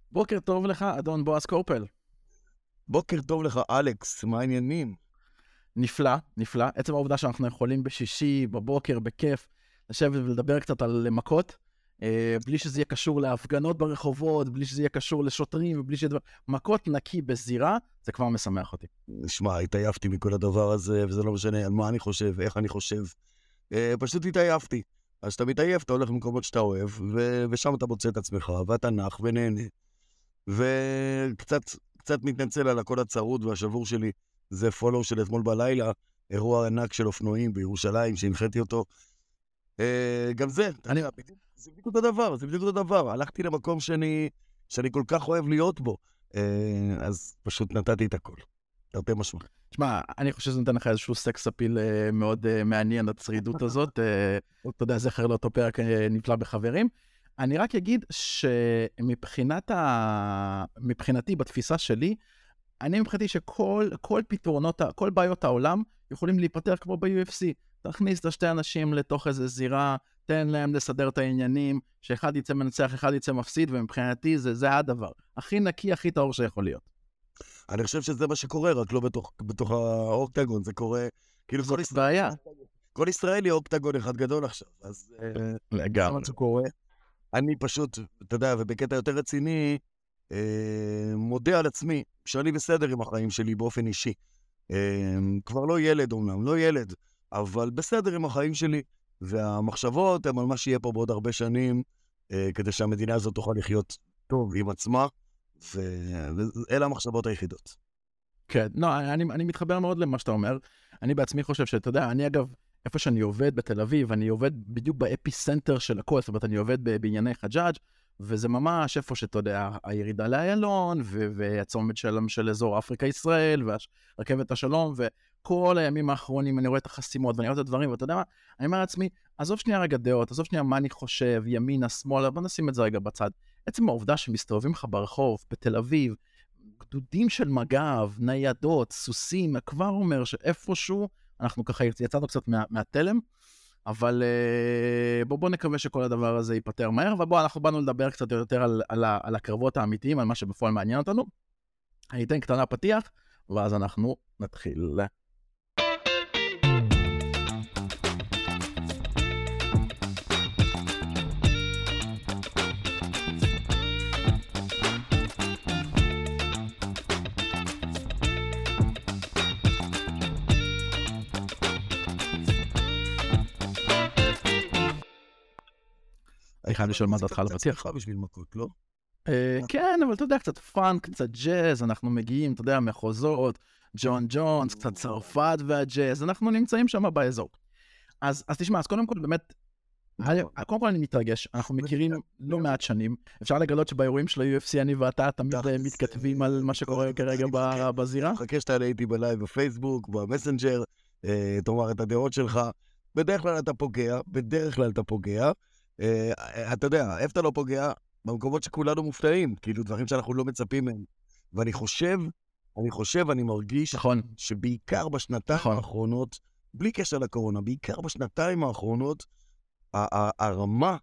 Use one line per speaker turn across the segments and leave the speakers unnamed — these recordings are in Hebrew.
בוקר טוב לך, אדון בועז קורפל.
בוקר טוב לך, אלכס, מה העניינים?
נפלא, נפלא. עצם העובדה שאנחנו יכולים בשישי, בבוקר, בכיף, לשבת ולדבר קצת על מכות, בלי שזה יהיה קשור להפגנות ברחובות, בלי שזה יהיה קשור לשוטרים, ובלי שזה... מכות נקי בזירה, זה כבר משמח אותי.
נשמע, התעייפתי מכל הדבר הזה, וזה לא משנה על מה אני חושב, איך אני חושב. פשוט התעייפתי. אז אתה מתעייף, אתה הולך למקומות שאתה אוהב, ושם אתה מוצא את עצמך, ואתה נח ונהנה. וקצת מתנצל על הכל הצרוד והשבור שלי. זה פולו של אתמול בלילה, אירוע ענק של אופנועים בירושלים, שהנחיתי אותו. גם זה, זה בדיוק אותו דבר, הלכתי למקום שאני כל כך אוהב להיות בו, אז פשוט נתתי את הכל, תרתי משמע.
תשמע, אני חושב שזה נותן לך איזשהו סקס אפיל מאוד מעניין, הצרידות הזאת, אתה יודע, זכר לאותו פרק נפלא בחברים. אני רק אגיד מבחינתי, בתפיסה שלי, אני מבחינתי שכל פתרונות, כל בעיות העולם יכולים להיפטר כמו ב-UFC. תכניס את השתי אנשים לתוך איזו זירה, תן להם לסדר את העניינים, שאחד יצא מנצח, אחד יצא מפסיד, ומבחינתי זה הדבר. הכי נקי, הכי טהור שיכול להיות.
אני חושב שזה מה שקורה, רק לא בתוך האוקטגון, זה קורה, כאילו כל ישראלי אוקטגון אחד גדול עכשיו, אז
לגמרי.
מה שקורה, אני פשוט, אתה יודע, ובקטע יותר רציני, מודה על עצמי שאני בסדר עם החיים שלי באופן אישי. כבר לא ילד אומנם, לא ילד, אבל בסדר עם החיים שלי, והמחשבות הן על מה שיהיה פה בעוד הרבה שנים, כדי שהמדינה הזאת תוכל לחיות טוב עם עצמה, ואלה המחשבות היחידות.
כן, לא, אני מתחבר מאוד למה שאתה אומר. אני בעצמי חושב שאתה יודע, אני אגב, איפה שאני עובד בתל אביב, אני עובד בדיוק באפיסנטר של הכל, זאת אומרת, אני עובד בענייני חג'אג', וזה ממש איפה שאתה יודע, הירידה לאיילון, והצומת של אזור אפריקה-ישראל, והרכבת השלום, וכל הימים האחרונים אני רואה את החסימות, ואני רואה את הדברים, ואתה יודע מה, אני אומר לעצמי, עזוב שנייה רגע דעות, עזוב שנייה מה אני חושב, ימינה, שמאלה, בוא נשים את זה רגע בצד. עצם העובדה שמסתובבים לך ברחוב, בתל אביב, גדודים של מג"ב, ניידות, סוסים, כבר אומר שאיפשהו אנחנו ככה יצאנו קצת מהתלם, אבל בוא נקווה שכל הדבר הזה ייפטר מהר, ובוא אנחנו באנו לדבר קצת יותר על הקרבות האמיתיים, על מה שבפועל מעניין אותנו. אני אתן קטנה פתיח, ואז אנחנו נתחיל. אני חייב לשאול מה דעתך על הפתיח.
קצת בשביל מכות, לא?
כן, אבל אתה יודע, קצת פאנק, קצת ג'אז, אנחנו מגיעים, אתה יודע, מחוזות, ג'ון ג'ונס, קצת צרפת והג'אז, אנחנו נמצאים שם באזור. אז תשמע, אז קודם כל באמת, קודם כל אני מתרגש, אנחנו מכירים לא מעט שנים, אפשר לגלות שבאירועים של ה-UFC אני ואתה תמיד מתכתבים על מה שקורה כרגע בזירה.
חכה שתעלה איתי בלייב בפייסבוק, במסנג'ר, תאמר את הדעות שלך, בדרך כלל אתה פוגע, אתה יודע, איפה אתה לא פוגע? במקומות שכולנו מופתעים, כאילו דברים שאנחנו לא מצפים מהם. ואני אני מרגיש שבעיקר בשנתיים האחרונות, בלי קשר לקורונה, בעיקר בשנתיים האחרונות, הרמה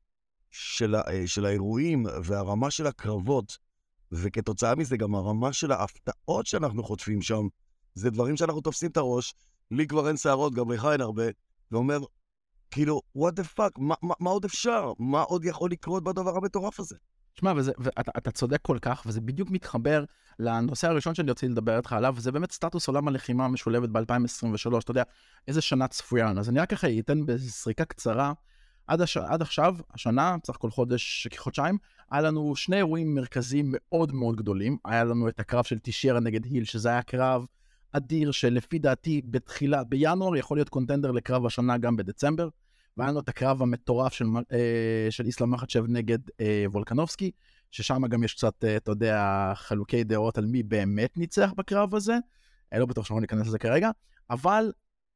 של האירועים והרמה של הקרבות, וכתוצאה מזה גם הרמה של ההפתעות שאנחנו חוטפים שם, זה דברים שאנחנו תופסים את הראש, לי כבר אין שערות, גם לך אין הרבה, ואומר, כאילו, what the fuck, מה עוד אפשר? מה עוד יכול לקרות בדבר המטורף הזה?
שמע, ואתה צודק כל כך, וזה בדיוק מתחבר לנושא הראשון שאני רוצה לדבר איתך עליו, וזה באמת סטטוס עולם הלחימה המשולבת ב-2023, אתה יודע, איזה שנה צפויה. אז אני רק ככה אתן בסריקה קצרה, עד עכשיו, השנה, צריך כל חודש, כחודשיים, היה לנו שני אירועים מרכזיים מאוד מאוד גדולים, היה לנו את הקרב של תישיירה נגד היל, שזה היה קרב אדיר, שלפי דעתי בינואר יכול להיות קונטנדר לקרב השנה גם בדצמבר, והיה לנו את הקרב המטורף של איסלאם מחצ'ב נגד וולקנובסקי, ששם גם יש קצת, אתה יודע, חלוקי דעות על מי באמת ניצח בקרב הזה, לא בטוח שאנחנו ניכנס לזה כרגע, אבל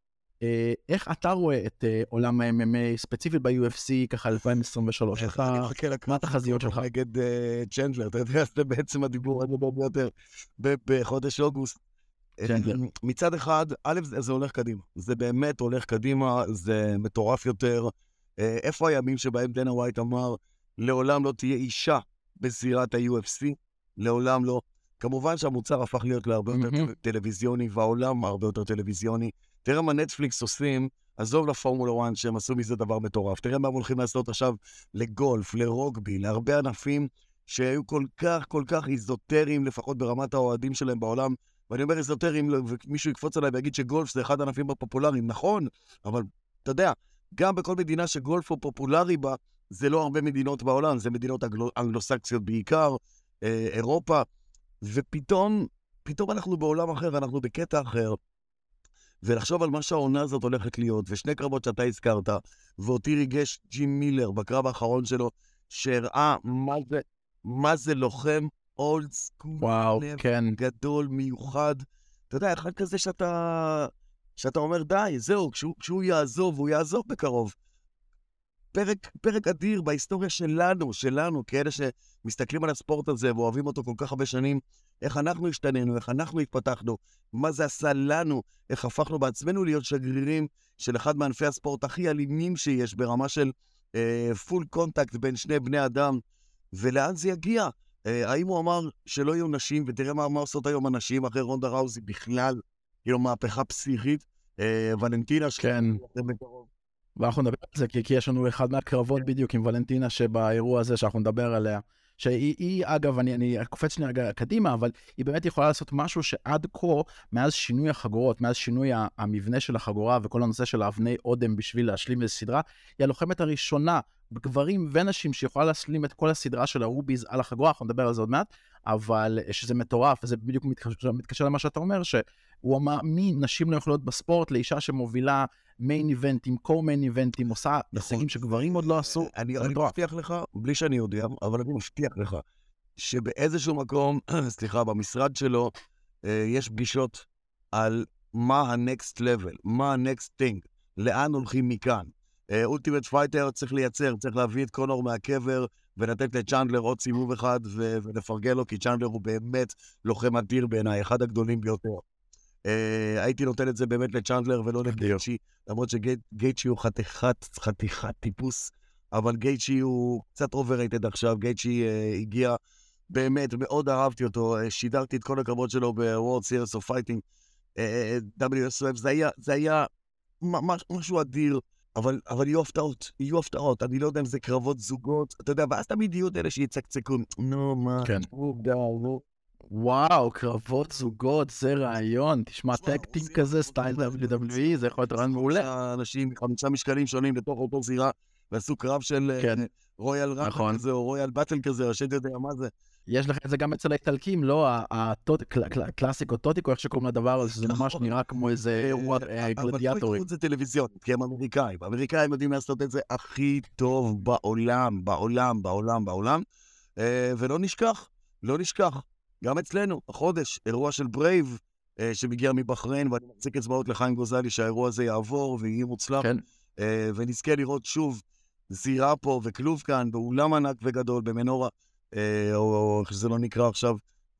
איך אתה רואה את עולם ה-MMA, ספציפית ב-UFC, ככה 2023, מה התחזיות שלך?
נגד צ'נדלר, אתה יודע, זה בעצם הדיבור הגדול ביותר בחודש אוגוסט. מצד אחד, א', זה הולך קדימה. זה באמת הולך קדימה, זה מטורף יותר. איפה הימים שבהם דנה ווייט אמר, לעולם לא תהיה אישה בזירת ה-UFC? לעולם לא. כמובן שהמוצר הפך להיות להרבה יותר טלוויזיוני, והעולם הרבה יותר טלוויזיוני. תראה מה נטפליקס עושים, עזוב לפורמולה 1 שהם עשו מזה דבר מטורף. תראה מה הם הולכים לעשות עכשיו לגולף, לרוגבי, להרבה ענפים שהיו כל כך איזוטריים, לפחות ברמת האוהדים שלהם בעולם. ואני אומר איזוטריים, ומישהו יקפוץ עליי ויגיד שגולף זה אחד הענפים הפופולריים. נכון, אבל אתה יודע, גם בכל מדינה שגולף הוא פופולרי בה, זה לא הרבה מדינות בעולם, זה מדינות אנגלוסקסיות בעיקר, אירופה, ופתאום אנחנו בעולם אחר, אנחנו בקטע אחר, ולחשוב על מה שהעונה הזאת הולכת להיות, ושני קרבות שאתה הזכרת, ואותי ריגש ג'ים מילר בקרב האחרון שלו, שהראה מה זה לוחם אולד סקול,
וואו, כן.
גדול, מיוחד. אתה יודע, אחד כזה שאתה אומר, די, זהו, כשהוא יעזוב, הוא יעזוב בקרוב. פרק אדיר בהיסטוריה שלנו, כאלה שמסתכלים על הספורט הזה ואוהבים אותו כל כך הרבה שנים, איך אנחנו השתננו, איך אנחנו התפתחנו, מה זה עשה לנו, איך הפכנו בעצמנו להיות שגרירים של אחד מענפי הספורט הכי אלימים שיש, ברמה של פול קונטקט בין שני בני אדם, ולאן זה יגיע? האם הוא אמר שלא יהיו נשים, ותראה מה עושות היום הנשים אחרי רונדה ראוזי בכלל, כאילו מהפכה פסיכית, ולנטינה
כן. ואנחנו נדבר על זה, כי יש לנו אחד מהקרבות בדיוק עם ולנטינה שבאירוע הזה שאנחנו נדבר עליה, שהיא אגב, אני קופץ שנייה קדימה, אבל היא באמת יכולה לעשות משהו שעד כה, מאז שינוי החגורות, מאז שינוי המבנה של החגורה וכל הנושא של האבני אודם בשביל להשלים איזו סדרה, היא הלוחמת הראשונה בגברים ונשים שיכולה להשלים את כל הסדרה של הרוביז על החגורה, אנחנו נדבר על זה עוד מעט, אבל שזה מטורף, וזה בדיוק מתקשר למה שאתה אומר, שהוא אמר, מי נשים לא יכולות בספורט לאישה שמובילה מיין איבנטים, קו-מיין איבנטים, עושה הישגים שגברים עוד לא עשו.
אני מבטיח לך, בלי שאני יודע, אבל אני מבטיח לך, שבאיזשהו מקום, סליחה, במשרד שלו, יש פגישות על מה ה-next level, מה ה-next thing, לאן הולכים מכאן. אולטימט פייטר צריך לייצר, צריך להביא את קונור מהקבר, ולתת לצ'אנדלר עוד סיבוב אחד, ולפרגל לו, כי צ'אנדלר הוא באמת לוחם אדיר בעיניי, אחד הגדולים ביותר. הייתי נותן את זה באמת לצ'אנדלר ולא לגייצ'י, למרות שגייצ'י הוא חתיכת טיפוס, אבל גייצ'י הוא קצת אוברייטד עכשיו, גייצ'י הגיע, באמת, מאוד אהבתי אותו, שידרתי את כל הקרבות שלו ב-World Series of Fighting, WSOF, זה היה משהו אדיר, אבל יהיו הפתעות, אני לא יודע אם זה קרבות זוגות, אתה יודע, ואז תמיד יהיו אלה שיצקצקו, נו, מה,
וואו, קרבות זוגות, זה רעיון, תשמע טקטים כזה, סטייל WWE, זה יכול להיות רעיון מעולה.
אנשים 5 משקלים שונים לתוך אותו זירה, ועשו קרב של רויאל ראפ כזה, או רויאל באטל כזה, השד יודע מה זה.
יש לך את זה גם אצל האיטלקים, לא הקלאסיק או טוטיקו, איך שקוראים לדבר הזה, זה ממש נראה כמו איזה אירוע גלדיאטורי.
אבל זה טלוויזיון, כי הם אמריקאים. האמריקאים יודעים לעשות את זה הכי טוב בעולם, ולא נשכח, גם אצלנו, החודש, אירוע של ברייב, שמגיע מבחריין, ואני מחזיק אצבעות לחיים גוזלי שהאירוע הזה יעבור ויהיה מוצלח, ונזכה לראות שוב זירה פה וכלוב כאן, באולם ענק וגדול במנורה, או איך שזה לא נקרא עכשיו,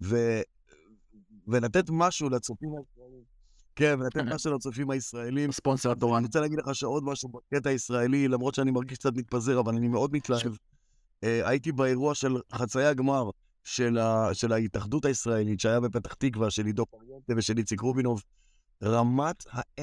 ולתת משהו לצופים הישראלים. כן, ולתת משהו לצופים הישראלים.
ספונסר התורן.
אני רוצה להגיד לך שעוד משהו בקטע הישראלי, למרות שאני מרגיש קצת מתפזר, אבל אני מאוד מתלהב. הייתי באירוע של חצאי הגמר, של ההתאחדות הישראלית, שהיה בפתח תקווה, של עידו פריאנטה ושל איציק רובינוב, רמת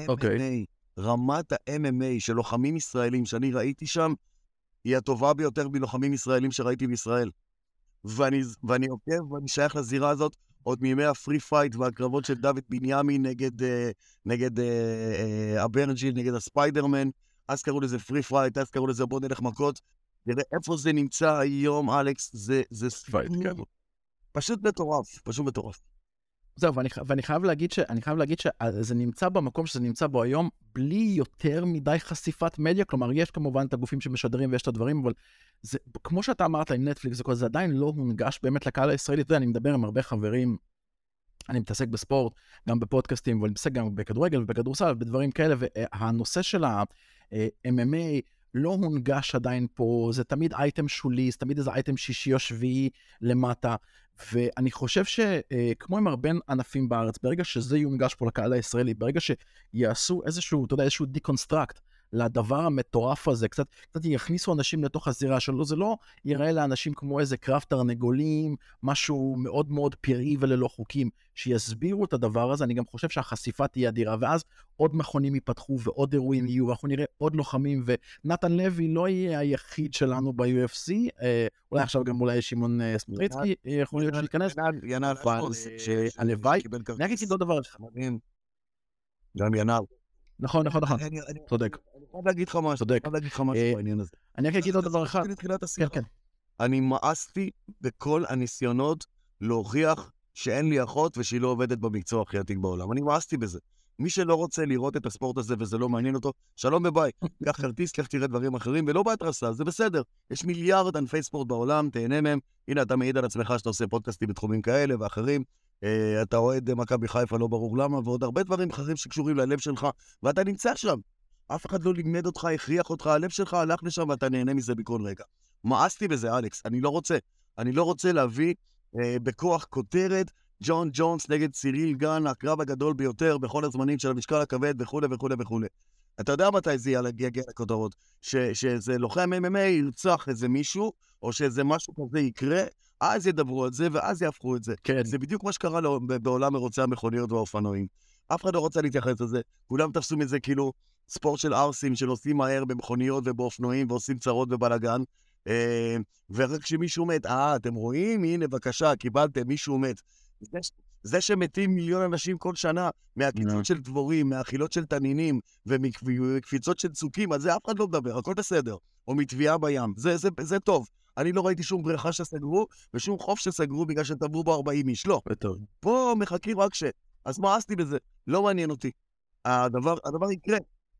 ה-MMA של לוחמים ישראלים שאני ראיתי שם, היא הטובה ביותר מלוחמים ישראלים שראיתי בישראל. ואני עוקב ואני שייך לזירה הזאת, עוד מימי הפרי פייט והקרבות של דוד בנימין נגד אברג'יל, נגד הספיידרמן, אז קראו לזה פרי פייט, אז קראו לזה בוא נלך מכות, תראה איפה זה נמצא היום, אלכס, זה פשוט מטורף.
זהו, ואני חייב להגיד שזה נמצא במקום שזה נמצא בו היום, בלי יותר מדי חשיפת מדיה, כלומר, יש כמובן את הגופים שמשדרים ויש את הדברים, אבל זה, כמו שאתה אמרת עם נטפליקס, זה עדיין לא מונגש באמת לקהל הישראלי, אתה יודע, אני מדבר עם הרבה חברים, אני מתעסק בספורט, גם בפודקאסטים, ואני מתעסק גם בכדורגל ובכדורסל, ובדברים כאלה, והנושא של ה-MMA, לא הונגש עדיין פה, זה תמיד אייטם שולי, זה תמיד איזה אייטם שישי או שביעי למטה, ואני חושב שכמו עם הרבה ענפים בארץ, ברגע שזה יונגש פה לקהל הישראלי, ברגע שיעשו איזשהו, אתה יודע, איזשהו דיקונסטרקט לדבר המטורף הזה, קצת יכניסו אנשים לתוך הזירה שלו, זה לא יראה לאנשים כמו איזה קרב תרנגולים, משהו מאוד מאוד פראי וללא חוקים, שיסבירו את הדבר הזה, אני גם חושב שהחשיפה תהיה אדירה, ואז עוד מכונים ייפתחו ועוד אירועים יהיו, אנחנו נראה עוד לוחמים, ונתן לוי לא יהיה היחיד שלנו ב-UFC, אולי עכשיו גם אולי שמעון סמוטריצקי יכול להיות שייכנס, אבל הלוואי, אני אגיד עוד דבר אחד.
גם ינר.
נכון, צודק.
אני חייב להגיד לך משהו, בעניין הזה.
אני אגיד עוד דבר אחד.
אני מאסתי בכל הניסיונות להוכיח שאין לי אחות ושהיא לא עובדת במקצוע הכי עתיק בעולם. אני מאסתי בזה. מי שלא רוצה לראות את הספורט הזה וזה לא מעניין אותו, שלום וביי. קח כרטיס, קח תראה דברים אחרים, ולא בהתרסה, זה בסדר. יש מיליארד ענפי ספורט בעולם, תהנה מהם. הנה, אתה מעיד על עצמך שאתה עושה פודקאסטים בתחומים כאלה ואחרים. אתה אוהד מכבי חיפה, לא ברור למה, ועוד הרבה דברים אחרים שקשורים ללב שלך, ואתה נמצא שם. אף אחד לא לימד אותך, הכריח אותך, הלב שלך הלך לשם ואתה נהנה מזה בכל רגע. מאסתי בזה, אלכס, אני לא רוצה להביא בכוח כותרת, ג'ון ג'ונס נגד ציריל גן, הקרב הגדול ביותר בכל הזמנים של המשקל הכבד וכו' וכו' וכו'. אתה יודע מתי זה יגיע לכותרות? שזה לוחם MMA ירצח איזה מישהו, או שאיזה משהו כזה יקרה, אז ידברו על זה ואז יהפכו את זה.
כן.
זה בדיוק מה שקרה בעולם מרוצי המכוניות והאופנועים. אף אחד לא רוצה להתייחס לזה, כולם תפסו מזה כאילו ספורט של ארסים שנוסעים מהר במכוניות ובאופנועים ועושים צרות ובלגן, ורק כשמישהו מת, אתם רואים? הנה בבקשה, קיבלתם, מישהו מת. זה שמתים מיליון אנשים כל שנה מהקיצות של דבורים, מהאכילות של תנינים ומקפיצות של צוקים, על זה אף אחד לא מדבר, הכל בסדר. או מטביעה בים, זה טוב. אני לא ראיתי שום בריכה שסגרו ושום חוף שסגרו בגלל שטבעו בו 40 איש, לא. פה מחכים רק אז מאסתי בזה, לא מעניין אותי. הדבר יקרה.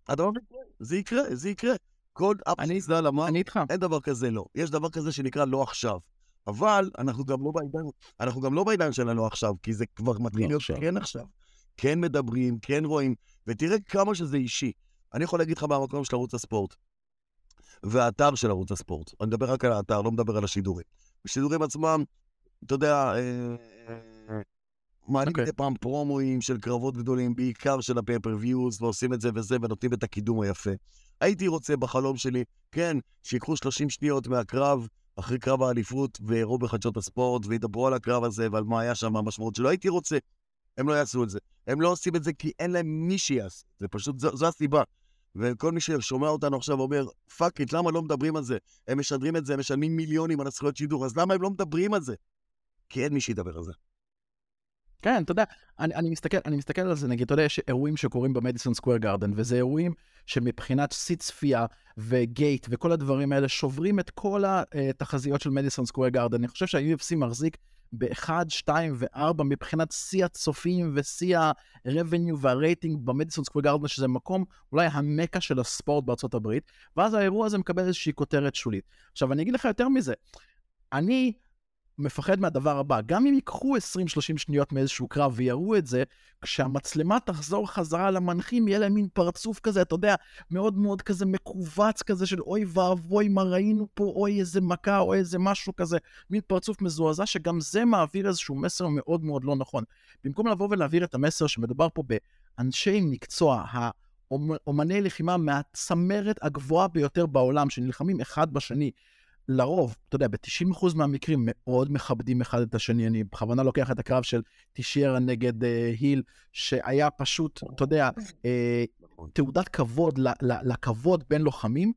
זה יקרה. כל אפסדל אמר, אין דבר כזה לא. יש דבר כזה שנקרא לא עכשיו. אבל אנחנו גם לא בעידן שלנו עכשיו, כי זה כבר מתחיל להיות כן עכשיו. כן מדברים, כן רואים, ותראה כמה שזה אישי. אני יכול להגיד לך מהמקום של ערוץ הספורט, והאתר של ערוץ הספורט. אני מדבר רק על האתר, לא מדבר על השידורים. בשידורים עצמם, אתה יודע, מעלים מדי פעם פרומואים של קרבות גדולים, בעיקר של הפייפריוויוז, ועושים את זה וזה, ונותנים את הקידום היפה. הייתי רוצה בחלום שלי, כן, שיקחו 30 שניות מהקרב, אחרי קרב האליפות, ויראו בחדשות הספורט, וידברו על הקרב הזה, ועל מה היה שם, המשמעות שלו. הייתי רוצה, הם לא יעשו את זה. הם לא עושים את זה כי אין להם מי שיעשה. זה פשוט, זו הסיבה. וכל מי ששומע אותנו עכשיו אומר, פאק איט, למה לא מדברים על זה? הם משדרים את זה, הם משלמים מיליונים על הזכויות שידור, אז למה הם לא מדברים על זה? כי אין מי שידבר על זה.
כן, אתה יודע, אני מסתכל על זה, נגיד, אתה יודע, יש אירועים שקורים במדיסון סקוואר גארדן, וזה אירועים שמבחינת סי צפייה וגייט וכל הדברים האלה, שוברים את כל התחזיות של מדיסון סקוואר גארדן. אני חושב שה-UFC מחזיק ב-1, 2 ו-4 מבחינת שיא הצופים ושיא הרבניו והרייטינג במדיסון סקוואר גארדן, שזה מקום אולי המקה של הספורט בארצות הברית, ואז האירוע הזה מקבל איזושהי כותרת שולית. עכשיו, אני אגיד לך יותר מזה, אני מפחד מהדבר הבא, גם אם ייקחו 20-30 שניות מאיזשהו קרב ויראו את זה, כשהמצלמה תחזור חזרה למנחים, יהיה להם מין פרצוף כזה, אתה יודע, מאוד מאוד כזה מקובץ כזה של אוי ואבוי מה ראינו פה, אוי איזה מכה, אוי איזה משהו כזה, מין פרצוף מזועזע, שגם זה מעביר איזשהו מסר מאוד מאוד לא נכון. במקום לבוא ולהעביר את המסר שמדובר פה באנשי מקצוע, אומני לחימה מהצמרת הגבוהה ביותר בעולם, שנלחמים אחד בשני, לרוב, אתה יודע, ב-90% מהמקרים מאוד מכבדים אחד את השני. אני בכוונה לוקח את הקרב של תישיירה נגד היל, שהיה פשוט, אתה יודע, תעודת כבוד לכבוד בין לוחמים,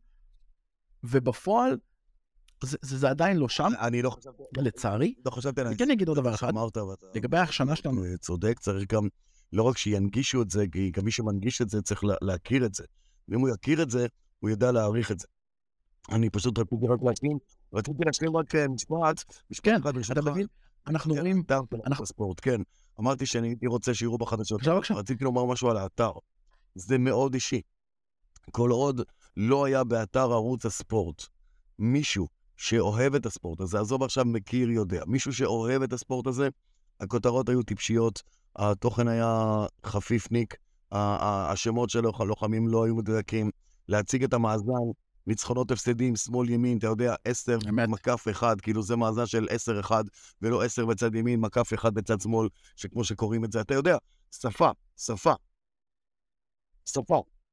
ובפועל, זה עדיין לא שם.
אני לא חשבתי.
לצערי.
לא חשבתי.
אני כן אגיד עוד דבר אחד. לגבי השנה שלנו.
צודק, צריך גם, לא רק שינגישו את זה, כי גם מי שמנגיש את זה צריך להכיר את זה. ואם הוא יכיר את זה, הוא ידע להעריך את זה. אני פשוט רציתי להשלים רק משפט.
כן, אתה מבין? אנחנו רואים...
ספורט, כן. אמרתי שאני רוצה שיראו בחדשות. רציתי לומר משהו על האתר. זה מאוד אישי. כל עוד לא היה באתר ערוץ הספורט מישהו שאוהב את הספורט הזה, עזוב עכשיו מכיר יודע, מישהו שאוהב את הספורט הזה, הכותרות היו טיפשיות, התוכן היה חפיפניק, השמות של הלוחמים לא היו מדויקים, להציג את המאזן, ניצחונות הפסדים, שמאל ימין, אתה יודע, 10 מקף 1, כאילו זה מאזן של 10-1, ולא 10 בצד ימין, מקף 1 בצד שמאל, שכמו שקוראים את זה, אתה יודע, שפה.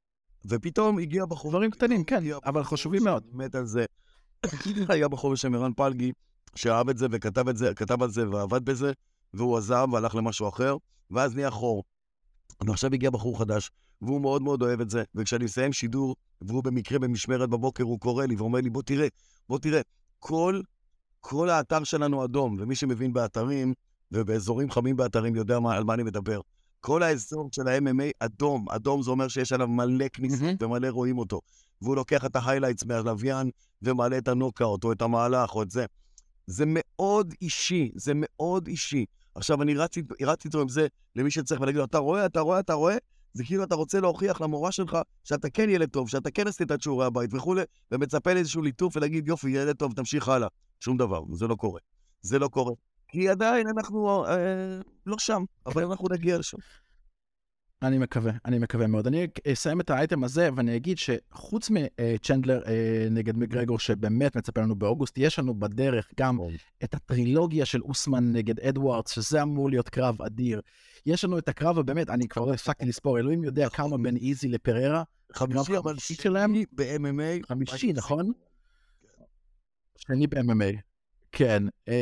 ופתאום הגיע בחור...
דברים קטנים, כן, אבל חשובים מאוד.
מת על זה. היה בחור בשם ערן פלגי, שאהב את זה וכתב את זה, כתב על זה ועבד בזה, והוא עזב והלך למשהו אחר, ואז נהיה חור. ועכשיו הגיע בחור חדש, והוא מאוד מאוד אוהב את זה, וכשאני מסיים שידור, והוא במקרה במשמרת בבוקר, הוא קורא לי ואומר לי, בוא תראה, כל האתר שלנו אדום, ומי שמבין באתרים, ובאזורים חמים באתרים יודע על מה אני מדבר. כל האזור של ה-MMA אדום, אדום זה אומר שיש עליו מלא כניסות ומלא רואים אותו, והוא לוקח את ההיילייטס מהלוויין, ומעלה את הנוקאוט, או את המהלך, או את זה. זה מאוד אישי, זה מאוד אישי. עכשיו, אני רצתי איתו עם זה למי שצריך, ולהגיד לו, אתה רואה? זה כאילו אתה רוצה להוכיח למורה שלך שאתה כן ילד טוב, שאתה כן עשית את שיעורי הבית וכו', ומצפה לאיזשהו ליטוף ולהגיד, יופי, ילד טוב, תמשיך הלאה. שום דבר, זה לא קורה. זה לא קורה. כי עדיין אנחנו לא שם, אבל אנחנו נגיע לשם.
אני מקווה מאוד. אני אסיים את האייטם הזה, ואני אגיד שחוץ מצ'נדלר נגד מגרגור, שבאמת מצפה לנו באוגוסט, יש לנו בדרך גם את הטרילוגיה של אוסמן נגד אדוארדס, שזה אמור להיות קרב אדיר. יש לנו את הקרב, ובאמת, אני כבר לא הפסקתי לספור, אלוהים יודע כמה בין איזי לפררה.
חמישי שלהם ב-MMA.
חמישי, נכון? שני ב-MMA. כן,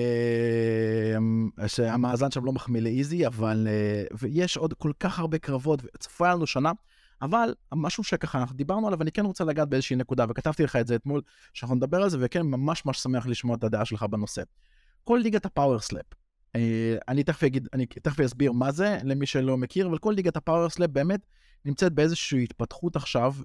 שהמאזן שם לא מחמיא לאיזי, אבל יש עוד כל כך הרבה קרבות, וצפויה לנו שנה, אבל משהו שככה אנחנו דיברנו עליו, ואני כן רוצה לגעת באיזושהי נקודה, וכתבתי לך את זה אתמול, שאנחנו נדבר על זה, וכן ממש שמח לשמוע את הדעה שלך בנושא. כל ליגת הפאוור סלאפ, אני תכף אסביר מה זה, למי שלא מכיר, אבל כל ליגת הפאוור סלאפ באמת נמצאת באיזושהי התפתחות עכשיו,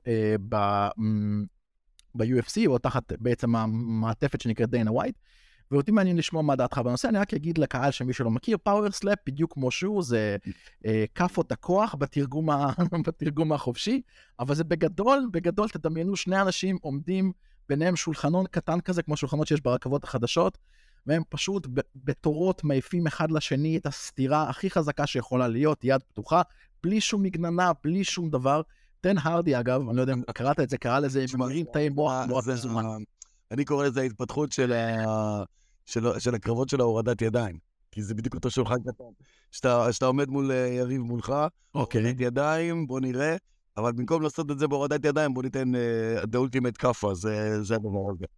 ב-UFC, או תחת בעצם המעטפת שנקראת דיינה ווייט, ואותי מעניין לשמוע מה דעתך בנושא. אני רק אגיד לקהל שמי שלא מכיר, פאוור סלאפ בדיוק כמו שהוא, זה כפות הכוח בתרגום החופשי, אבל זה בגדול תדמיינו שני אנשים עומדים ביניהם שולחנון קטן כזה, כמו שולחנות שיש ברכבות החדשות, והם פשוט בתורות מעיפים אחד לשני את הסתירה הכי חזקה שיכולה להיות, יד פתוחה, בלי שום מגננה, בלי שום דבר. טן הרדי אגב, אני לא יודע אם קראת את זה, קרא לזה מרים תאי מוח מאוד מזומן.
אני קורא לזה ההתפתחות של הקרבות של ההורדת ידיים. כי זה בדיוק אותו שולחן קטן. שאתה עומד מול יריב מולך, הורדת ידיים, בוא נראה, אבל במקום לעשות את זה בהורדת ידיים, בוא ניתן the ultimate כפה, זה הדבר הזה.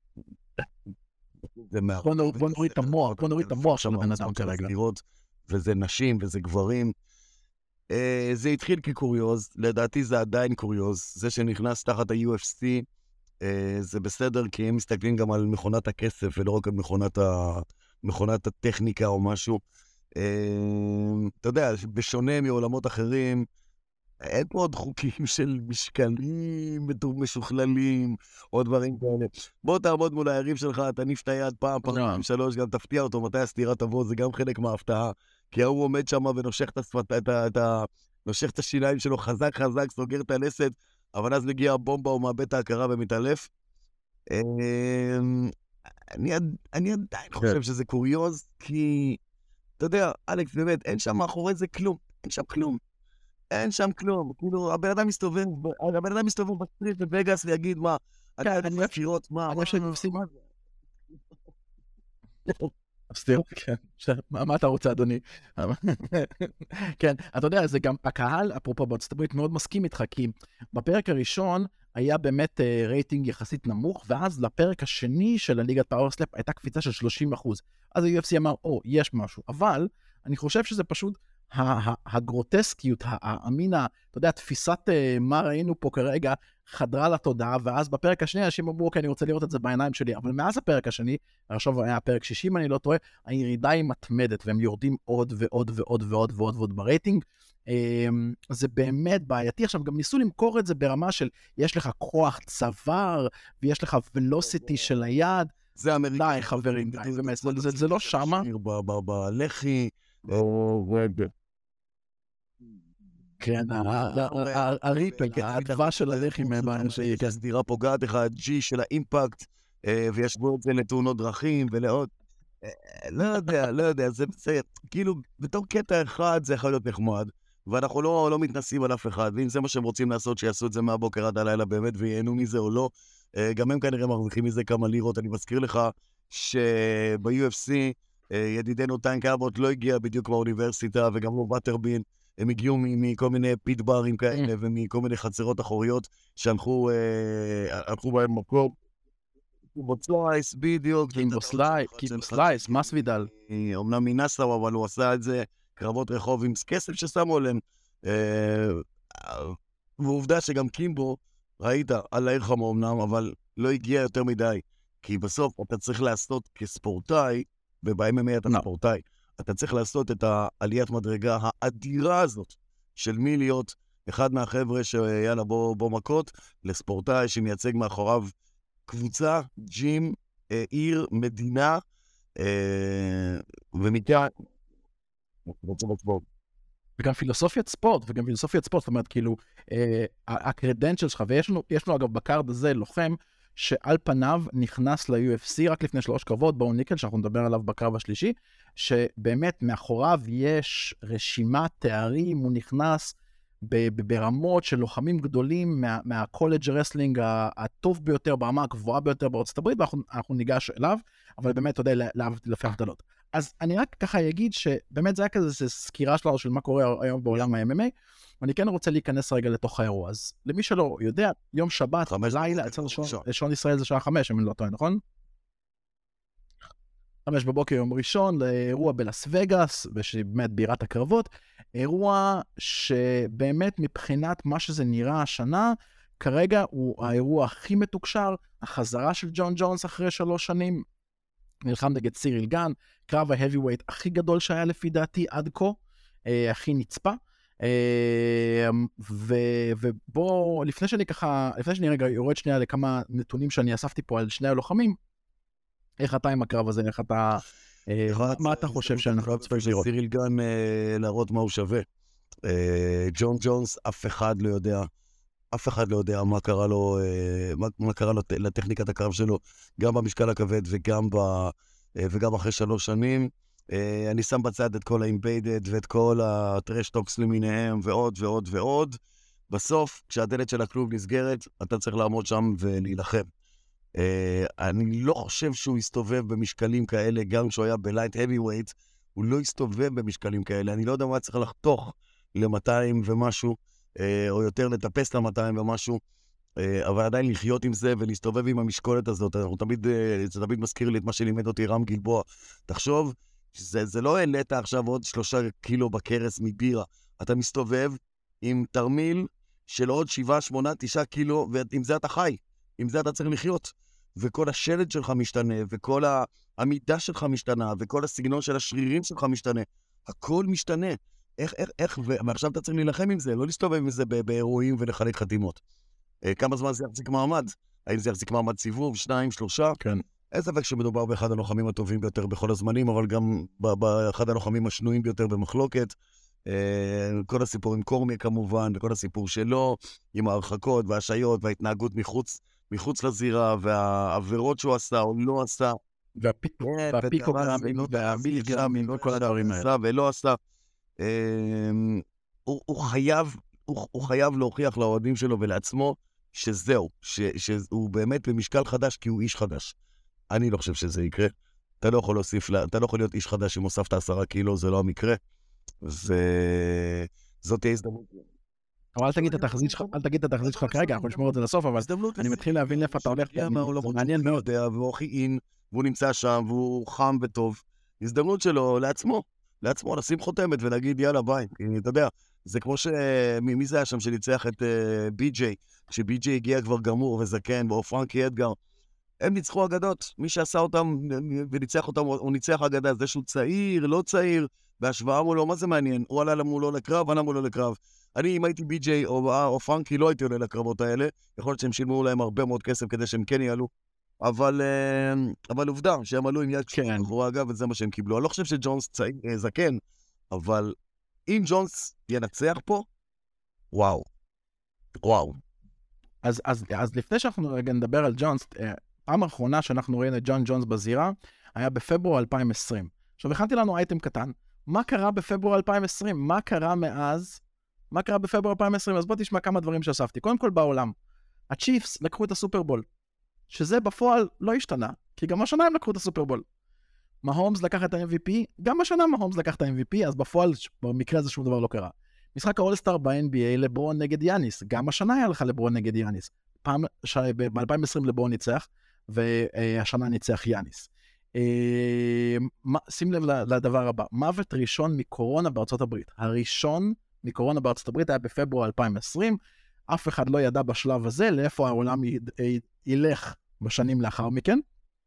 בוא נוריד את המוח של הבן אדם כרגע.
וזה נשים וזה גברים. זה התחיל כקוריוז, לדעתי זה עדיין קוריוז. זה שנכנס תחת ה-UFC, זה בסדר, כי הם מסתכלים גם על מכונת הכסף, ולא רק על מכונת הטכניקה או משהו. אתה יודע, בשונה מעולמות אחרים, אין פה עוד חוקים של משקלים משוכללים, או דברים כאלה. בוא תעמוד מול היריב שלך, תניף את היד פעם, שלוש, גם תפתיע אותו, מתי הסתירה תבוא, זה גם חלק מההפתעה. כי הוא עומד שם ונושך נושך את השיניים שלו חזק, סוגר את הלסת, אבל אז מגיע הבומבה, הוא מאבד את ההכרה ומתעלף. אני עדיין חושב שזה קוריוז, כי, אתה יודע, אלכס, באמת, אין שם מאחורי זה כלום. אין שם כלום. כאילו, הבן אדם מסתובב בסטריט בווגאס ויגיד, מה? אני אוהב שירות, מה?
אני חושב שעושים מה זה? סתיר, כן. מה אתה רוצה, אדוני? כן, אתה יודע, זה גם הקהל, אפרופו בארצות הברית, מאוד מסכים איתך, כי בפרק הראשון היה באמת רייטינג יחסית נמוך, ואז לפרק השני של הליגת פאוור סלאפ הייתה קפיצה של 30%. אז ה-UFC אמר, יש משהו. אבל אני חושב שזה פשוט הגרוטסקיות, האמינה, אתה יודע, תפיסת מה ראינו פה כרגע, חדרה לתודעה, ואז בפרק השני אנשים אמרו, אוקיי, אני רוצה לראות את זה בעיניים שלי, אבל מאז הפרק השני, עכשיו היה הפרק 60, אני לא טועה, הירידה היא מתמדת, והם יורדים עוד ועוד ועוד ועוד ועוד ועוד ברייטינג, זה באמת בעייתי. עכשיו, גם ניסו למכור את זה ברמה של, יש לך כוח צוואר, ויש לך ולוסיטי של היד,
זה אמריקאי,
די, חברים, זה לא שמה.
בלחי,
כן, הריפל, העדווה של הלחים,
הסדירה פוגעת לך, G של האימפקט, וישבו את זה לתאונות דרכים ולעוד. לא יודע, זה כאילו, בתור קטע אחד זה יכול להיות נחמד, ואנחנו לא מתנסים על אף אחד, ואם זה מה שהם רוצים לעשות, שיעשו את זה מהבוקר עד הלילה באמת, ויהנו מזה או לא, גם הם כנראה מרוויחים מזה כמה לירות. אני מזכיר לך שב-UFC, ידידנו טנק אבוט לא הגיע בדיוק מהאוניברסיטה, וגם לא בטרבין, הם הגיעו מכל מיני פיטברים כאלה, ומכל מיני חצרות אחוריות, שהלכו בהם מקום. קימבוסלייס, בדיוק.
קימבוסלייס, מסוידל.
אמנם מנסאו, אבל הוא עשה את זה, קרבות רחוב עם כסף ששמו עליהם. ועובדה שגם קימבו, ראית, על העיר חמו אמנם, אבל לא הגיע יותר מדי. כי בסוף אתה צריך לעשות כספורטאי, וב-MMA אתה ספורטאי, אתה צריך לעשות את העליית מדרגה האדירה הזאת, של מי להיות אחד מהחבר'ה שיאללה בוא מכות, לספורטאי שמייצג מאחוריו קבוצה, ג'ים, עיר, מדינה, ומכאן,
וגם פילוסופיית ספורט, זאת אומרת, כאילו, הקרדנצ'ל שלך, ויש לנו אגב בקארד הזה לוחם, שעל פניו נכנס ל-UFC רק לפני 3 קרבות, בואו ניקל, שאנחנו נדבר עליו בקרב השלישי, שבאמת מאחוריו יש רשימת תארים, הוא נכנס ברמות של לוחמים גדולים מהקולג' רסלינג הטוב ביותר, ברמה הגבוהה ביותר בארצות הברית, ואנחנו ניגש אליו, אבל באמת, אתה יודע, לפי הבדלות. אז אני רק ככה אגיד שבאמת זה היה כזה סקירה שלנו של מה קורה היום בעולם ה-MMA, ואני כן רוצה להיכנס רגע לתוך האירוע. אז למי שלא יודע, יום שבת, לילה, אצל שעון ישראל זה שעה 5, אם אני לא טועה, נכון? 5 בבוקר יום ראשון, לאירוע בלאס וגאס, שבאמת בירת הקרבות, אירוע שבאמת מבחינת מה שזה נראה השנה, כרגע הוא האירוע הכי מתוקשר, החזרה של ג'ון ג'ונס אחרי 3 שנים, נלחם נגד סיריל גן, קרב ההאבי-ווייט הכי גדול שהיה לפי דעתי עד כה, הכי נצפה, ובוא, לפני שאני רגע יורד שנייה לכמה נתונים שאני אספתי פה על שני הלוחמים, איך אתה עם הקרב הזה, איך אתה, מה אתה חושב שאנחנו צריכים לראות?
סיריל גן להראות מה הוא שווה. ג'ון ג'ונס, אף אחד לא יודע מה קרה לו, לטכניקת הקרב שלו, גם במשקל הכבד וגם אחרי 3 שנים. אני שם בצד את כל האימביידד ואת כל הטרשטוקס למיניהם ועוד ועוד ועוד. בסוף, כשהדלת של הכלוב נסגרת, אתה צריך לעמוד שם ולהילחם. אני לא חושב שהוא הסתובב במשקלים כאלה, גם כשהוא היה בלייט heavyweight, הוא לא הסתובב במשקלים כאלה. אני לא יודע מה צריך לחתוך ל-200 ומשהו, או יותר לטפס ל-200 ומשהו, אבל עדיין לחיות עם זה ולהסתובב עם המשקולת הזאת. זה תמיד מזכיר לי את מה שלימד אותי רם גלבוע. תחשוב, זה לא העלית עכשיו עוד 3 קילו בקרס מבירה. אתה מסתובב עם תרמיל של עוד 7, 8, 9 קילו, ועם זה אתה חי. עם זה אתה צריך לחיות. וכל השלד שלך משתנה, וכל העמידה שלך משתנה, וכל הסגנון של השרירים שלך משתנה. הכל משתנה. איך, ועכשיו אתה צריך להילחם עם זה, לא להסתובב עם זה באירועים ולחלק חתימות. כמה זמן זה יחזיק מעמד? האם זה יחזיק מעמד סיבוב, 2, 3?
כן.
אין ספק שמדובר באחד הלוחמים הטובים ביותר בכל הזמנים, אבל גם באחד הלוחמים השנויים ביותר במחלוקת. כל הסיפור עם קורמי כמובן, וכל הסיפור שלו, עם ההרחקות והשעיות וההתנהגות מחוץ לזירה, והעבירות שהוא עשה או לא עשה.
והפיקוגרמים והמיליגרמים וכל הדברים האלה.
ולא עשה. הוא חייב להוכיח לאוהדים שלו ולעצמו שזהו, שהוא באמת במשקל חדש, כי הוא איש חדש. אני לא חושב שזה יקרה. אתה לא יכול להיות איש חדש אם הוספת 10 קילו, זה לא המקרה. וזאת תהיה הזדמנות.
אבל אל תגיד את התחזית שלך כרגע, אנחנו נשמור את זה לסוף, אבל אני מתחיל להבין לאיפה אתה הולך, זה מעניין מאוד.
והוא הכי אין, והוא נמצא שם, והוא חם וטוב. הזדמנות שלו לעצמו, לשים חותמת ולהגיד יאללה ביי. אתה יודע, זה כמו מי זה היה שם שניצח את בי-ג'יי, כשבי-ג'יי הגיע כבר גמור וזקן, או פרנקי אדגר, הם ניצחו אגדות, מי שעשה אותם וניצח אותם, הוא ניצח אגדה, זה שהוא צעיר, לא צעיר, בהשוואה מולו, מה זה מעניין? הוא עלה מולו לקרב, עלה מולו לקרב. אני, אם הייתי בי-ג'יי או פרנקי, לא הייתי עולה לקרבות האלה, יכול להיות שהם שילמו להם הרבה מאוד כסף כדי שהם כן יעלו, אבל עובדה, שהם עלו עם יד קשורה, אגב, וזה מה שהם קיבלו. אני לא חושב שג'ונס זקן, אבל אם ג'ונס ינצח פה, וואו.
אז לפני שאנחנו רגע נדבר על ג'ונס, פעם האחרונה שאנחנו ראינו את ג'ון ג'ונס בזירה, היה בפברואר 2020. עכשיו, הכנתי לנו אייטם קטן. מה קרה בפברואר 2020? מה קרה מאז? מה קרה בפברואר 2020? אז בוא תשמע כמה דברים שאספתי. קודם כל בעולם. הצ'יפס לקחו את הסופרבול, שזה בפועל לא השתנה, כי גם השנה הם לקחו את הסופרבול. מהומס לקח את ה-MVP, גם השנה מהומס לקח את ה-MVP, אז בפועל, במקרה הזה שום דבר לא קרה. משחק האול-סטאר ב-NBA, לברון נגד יאניס. גם השנה היה לך לברון נגד יאניס. ב-2020 לברון ניצח, והשנה ניצח יאניס. שים לב לדבר הבא, מוות ראשון מקורונה בארצות הברית. הראשון מקורונה בארצות הברית היה בפברואר 2020, אף אחד לא ידע בשלב הזה לאיפה העולם ילך בשנים לאחר מכן.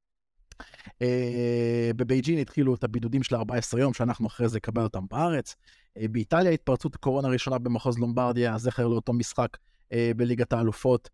בבייג'ין התחילו את הבידודים של 14 יום, שאנחנו אחרי זה קבל אותם בארץ. באיטליה התפרצות הקורונה הראשונה במחוז לומברדיה, זכר לאותו משחק בליגת האלופות.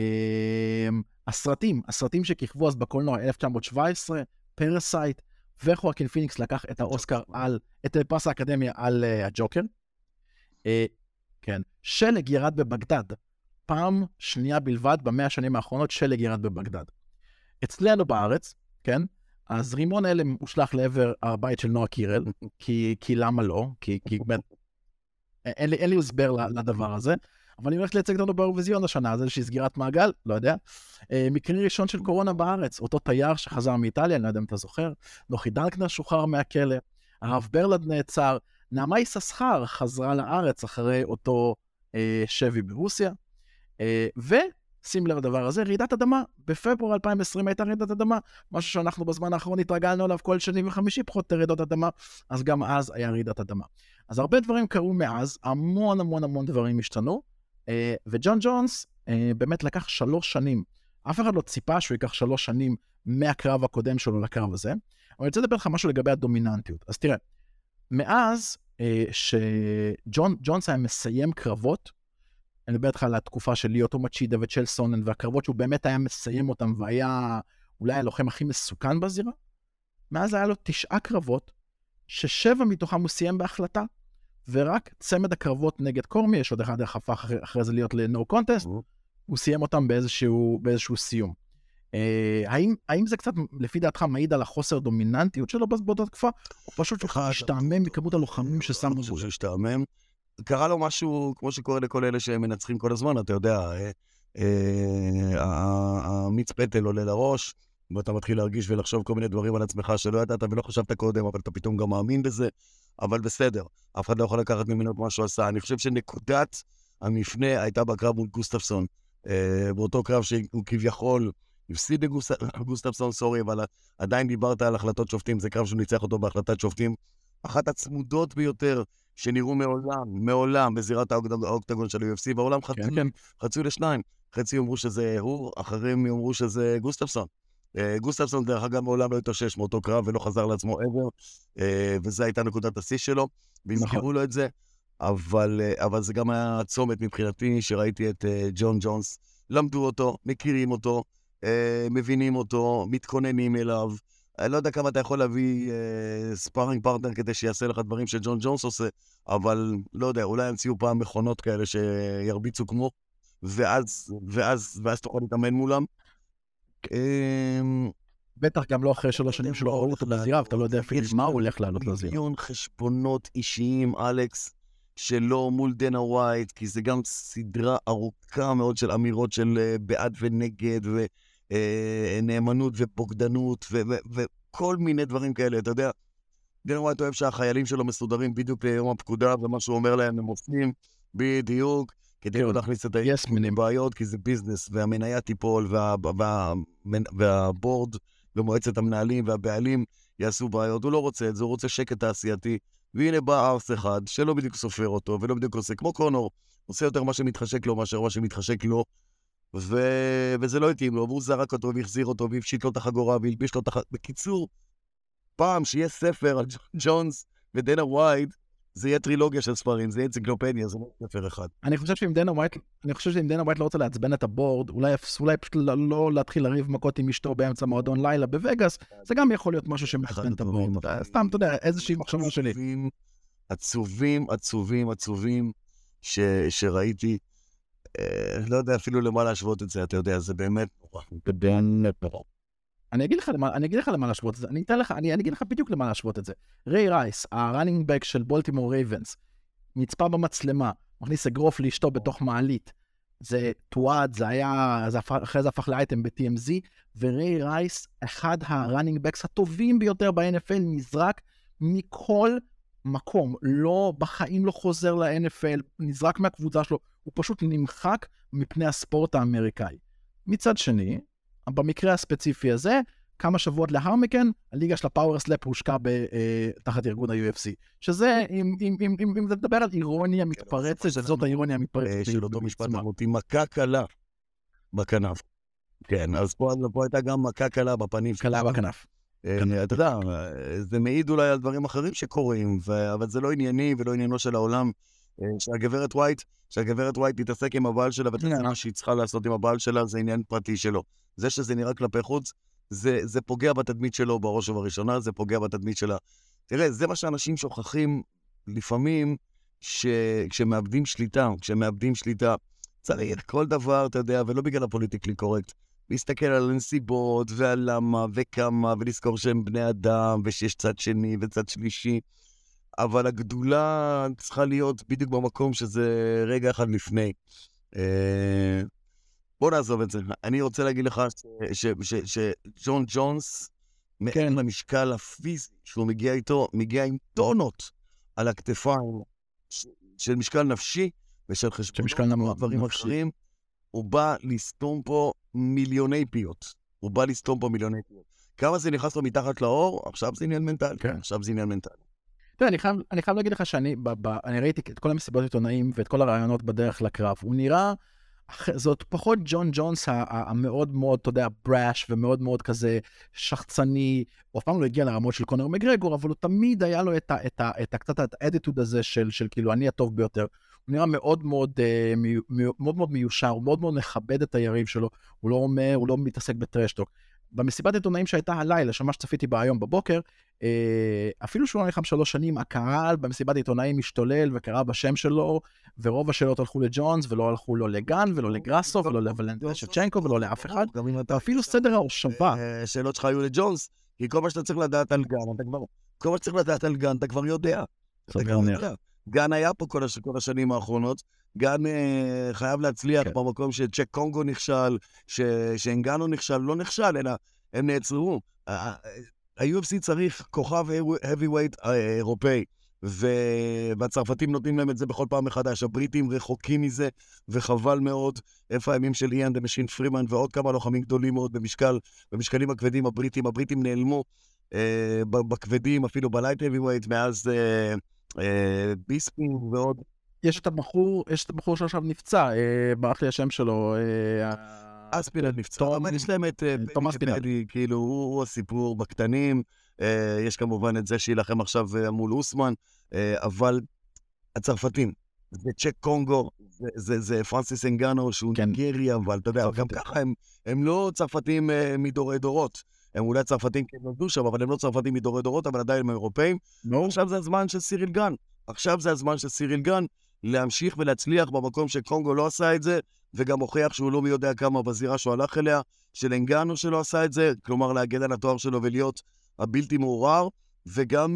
הסרטים שכיכבו אז בקולנוע 1917, פרסייט, וחואקין פיניקס לקח את האוסקר את פרס האקדמיה על הג'וקר. כן, שלג ירד בבגדד, פעם שנייה בלבד ב100 השנים האחרונות שלג ירד בבגדד. אצלנו בארץ, כן, אז רימון אלם הושלח לעבר הבית של נועה קירל, כי למה לא? כי אין לי הסבר לדבר הזה, אבל אני הולך לייצג אותנו באירוויזיון השנה, זה איזושהי סגירת מעגל, לא יודע. מקרה ראשון של קורונה בארץ, אותו תייר שחזר מאיטליה, אני לא יודע אם אתה זוכר, נוחי דנקנר שוחרר מהכלא, הרב ברלד נעצר, נעמה יששכר חזרה לארץ אחרי אותו שבי ברוסיה, ושים לב לדבר הזה, רעידת אדמה, בפברואר 2020 הייתה רעידת אדמה, משהו שאנחנו בזמן האחרון התרגלנו עליו כל שני וחמישי פחות רעידות אדמה, אז גם אז היה רעידת אדמה. אז הרבה דברים קרו מאז, המון דברים השתנו, וג'ון ג'ונס באמת לקח 3 שנים, אף אחד לא ציפה שהוא ייקח 3 שנים מהקרב הקודם שלו לקרב הזה, אבל אני רוצה לדבר לך משהו לגבי הדומיננטיות. אז תראה, מאז שג'ונס היה מסיים קרבות, אני מדבר איתך על התקופה של ליאוטו מצ'ידה וצ'ל סונן, והקרבות שהוא באמת היה מסיים אותם, והיה אולי הלוחם הכי מסוכן בזירה, מאז היה לו 9 קרבות, ש7 מתוכם הוא סיים בהחלטה, ורק צמד הקרבות נגד קורמי, יש עוד אחד הפך אחרי זה להיות ל-No Contest, הוא סיים אותם באיזשהו סיום. האם זה קצת, לפי דעתך, מעיד על החוסר דומיננטיות שלו באותה תקופה, או פשוט השתעמם מכמות הלוחמים ששמו בזה?
שהשתעמם, קרה לו משהו, כמו שקורה לכל אלה שהם מנצחים כל הזמן, אתה יודע, המיץ פטל עולה לראש, ואתה מתחיל להרגיש ולחשוב כל מיני דברים על עצמך שלא ידעת ולא חשבת קודם, אבל אתה פתאום גם מאמין בזה, אבל בסדר, אף אחד לא יכול לקחת ממנו מה שהוא עשה. אני חושב שנקודת המפנה הייתה בקרב מול גוסטפסון, באותו קרב שהוא כביכול הפסיד לגוסטפסון, סורי, אבל עדיין דיברת על החלטות שופטים, זה קרב שהוא ניצח אותו בהחלטת שופטים, אחת הצמודות ביותר שנראו מעולם בזירת האוקטגון של UFC, בעולם חצו לשניים, חצי יאמרו שזה הוא, אחרים יאמרו שזה גוסטפסון. גוסטפסון דרך אגב מעולם לא התאושש מאותו קרב ולא חזר לעצמו ever, וזו הייתה נקודת השיא שלו, והזכירו לו את זה, אבל זה גם היה צומת מבחינתי שראיתי את ג'ון ג'ונס, למדו אותו, מכירים אותו, מבינים אותו, מתכוננים אליו, אני לא יודע כמה אתה יכול להביא ספארינג פרטנר כדי שיעשה לך דברים שג'ון ג'ונס עושה, אבל לא יודע, אולי ימציאו פעם מכונות כאלה שירביצו כמו, ואז תוכל להתאמן מולם.
בטח גם לא אחרי 3 שנים שלא ראו אותו בזירה, אתה לא יודע אפילו מה הוא הולך לעלות לזירה.
מיליון חשבונות אישיים, אלכס, שלא מול דנה ווייט, כי זה גם סדרה ארוכה מאוד של אמירות של בעד ונגד, ונאמנות ובוגדנות, וכל מיני דברים כאלה, אתה יודע. דנה ווייט אוהב שהחיילים שלו מסודרים בדיוק ליום הפקודה, ומה שהוא אומר להם הם עושים בדיוק, כדי לא להכניס את הבעיות, כי זה ביזנס, והמניה תיפול, והבורד, ומועצת המנהלים והבעלים יעשו בעיות. הוא לא רוצה את זה, הוא רוצה שקט תעשייתי, והנה בא ארס אחד, שלא בדיוק סופר אותו, ולא בדיוק עושה, כמו קונור, עושה יותר מה שמתחשק לו, מאשר מה שמתחשק לו, וזה לא התאים לו, והוא זרק אותו, והחזיר אותו, והפשיט לו את החגורה, והלביש לו את בקיצור, פעם שיהיה ספר על ג'ונס ודנה ווייט, זה יהיה טרילוגיה של ספרים, זה יהיה אנציקלופדיה, זה לא ספר אחד.
אני חושב שאם דנה ווייט לא רוצה לעצבן את הבורד, אולי פשוט לא להתחיל לריב מכות עם אשתו באמצע מועדון לילה בווגאס, זה גם יכול להיות משהו שמעצבן את הבורד. סתם, אתה יודע, איזושהי מחשבה שלי.
עצובים שראיתי, לא יודע אפילו למה להשוות את זה, אתה יודע, זה באמת נורא.
אני אגיד לך למה להשוות את זה, אני אגיד לך בדיוק למה להשוות את זה. ריי רייס, הראנינג בק של בולטימור רייבנס, נצפה במצלמה, מכניס אגרוף לאשתו בתוך מעלית, זה תועד, אחרי זה הפך לאייטם ב-TMZ, וריי רייס, אחד הראנינג בקס הטובים ביותר ב-NFL, נזרק מכל מקום, לא, בחיים לא חוזר ל-NFL, נזרק מהקבוצה שלו, הוא פשוט נמחק מפני הספורט האמריקאי. מצד שני, במקרה הספציפי הזה, כמה שבועות לאחר מכן, הליגה של הפאוור-סלאפ הושקע תחת ארגון ה-UFC, שזה, אם זה מדבר על אירוניה מתפרצת, זאת האירוניה המתפרצת.
של אותו משפט אמרתי, מכה קלה בכנף. כן, אז פה הייתה גם מכה קלה בפנים.
קלה בכנף.
אתה יודע, זה מעיד אולי על דברים אחרים שקורים, אבל זה לא ענייני ולא עניינו של העולם, שהגברת ווייט תתעסק עם הבעל שלה, ותעשה מה שהיא צריכה לעשות עם הבעל שלה, זה עניין פרטי שלו. זה שזה נראה כלפי חוץ, זה פוגע בתדמית שלו בראש ובראשונה, זה פוגע בתדמית שלה. תראה, זה מה שאנשים שוכחים לפעמים, כשמאבדים שליטה, צריך כל דבר, אתה יודע, ולא בגלל הפוליטיקלי קורקט, להסתכל על הנסיבות ועל למה וכמה, ולזכור שהם בני אדם, ושיש צד שני וצד שלישי, אבל הגדולה צריכה להיות בדיוק במקום שזה רגע אחד לפני. בוא נעזוב את זה. אני רוצה להגיד לך שג'ון ג'ונס, מעין למשקל הפיזי שהוא מגיע איתו, מגיע עם טונות על הכתפיים של משקל נפשי, ושל חשבונות דברים אחרים, הוא בא לסתום פה מיליוני פיות. כמה זה נכנס לו מתחת לאור? עכשיו זה עניין מנטלי. תראה,
אני חייב להגיד לך שאני ראיתי את כל המסיבות עיתונאים ואת כל הרעיונות בדרך לקרב. הוא נראה, זאת פחות ג'ון ג'ונס המאוד מאוד, אתה יודע, ברש ומאוד מאוד כזה שחצני, הוא אף פעם לא הגיע לרמות של קונר מגרגור, אבל הוא תמיד היה לו את קצת האדיטוד הזה של כאילו אני הטוב ביותר. הוא נראה מאוד מאוד מיושר, הוא מאוד מאוד מכבד את היריב שלו, הוא לא מתעסק בטרשטוק. במסיבת עיתונאים שהייתה הלילה, שמה שצפיתי בה היום בבוקר, אפילו שהוא לא נלחם 3 שנים, הקהל במסיבת עיתונאים משתולל וקרא בשם שלו, ורוב השאלות הלכו לג'ונס, ולא הלכו לו לגן, ולא לגרסו, ולא לוולנטינה שבצ'נקו, ולא לאף אחד. אפילו סדר ההושבה.
שאלות שלך היו לג'ונס, כי כל מה שאתה צריך לדעת על גן, אתה כבר יודע. גן היה פה כל השנים האחרונות, גן חייב להצליח במקום שצ'ק קונגו נכשל, שאנגנו נכשל, לא נכשל, אלא הם נעצרו. ה-UFC צריך כוכב heavyweight אירופאי, והצרפתים נותנים להם את זה בכל פעם מחדש. הבריטים רחוקים מזה, וחבל מאוד. איפה הימים של איאן דה משין פרימן, ועוד כמה לוחמים גדולים מאוד במשקלים הכבדים, הבריטים נעלמו בכבדים, אפילו בלייט heavyweight, מאז ביספי ועוד.
יש את הבחור שעכשיו נפצע, ברח לי השם שלו,
אספינל נפצע, אבל יש להם את פדי, כאילו הוא הסיפור בקטנים, יש כמובן את זה שילחם עכשיו מול אוסמן, אבל הצרפתים, זה צ'ק קונגו, זה פרנסיס אנגנו שהוא ניגריה, אבל אתה יודע, גם ככה הם לא צרפתים מדורי דורות, הם אולי צרפתים כי הם נולדו שם, אבל הם לא צרפתים מדורי דורות, אבל עדיין הם אירופאים. עכשיו זה הזמן של סיריל גן, להמשיך ולהצליח במקום שקונגו לא עשה את זה, וגם הוכיח שהוא לא מי יודע כמה בזירה שהוא הלך אליה, של אנגנו שלא עשה את זה, כלומר להגן על התואר שלו ולהיות הבלתי מעורר, וגם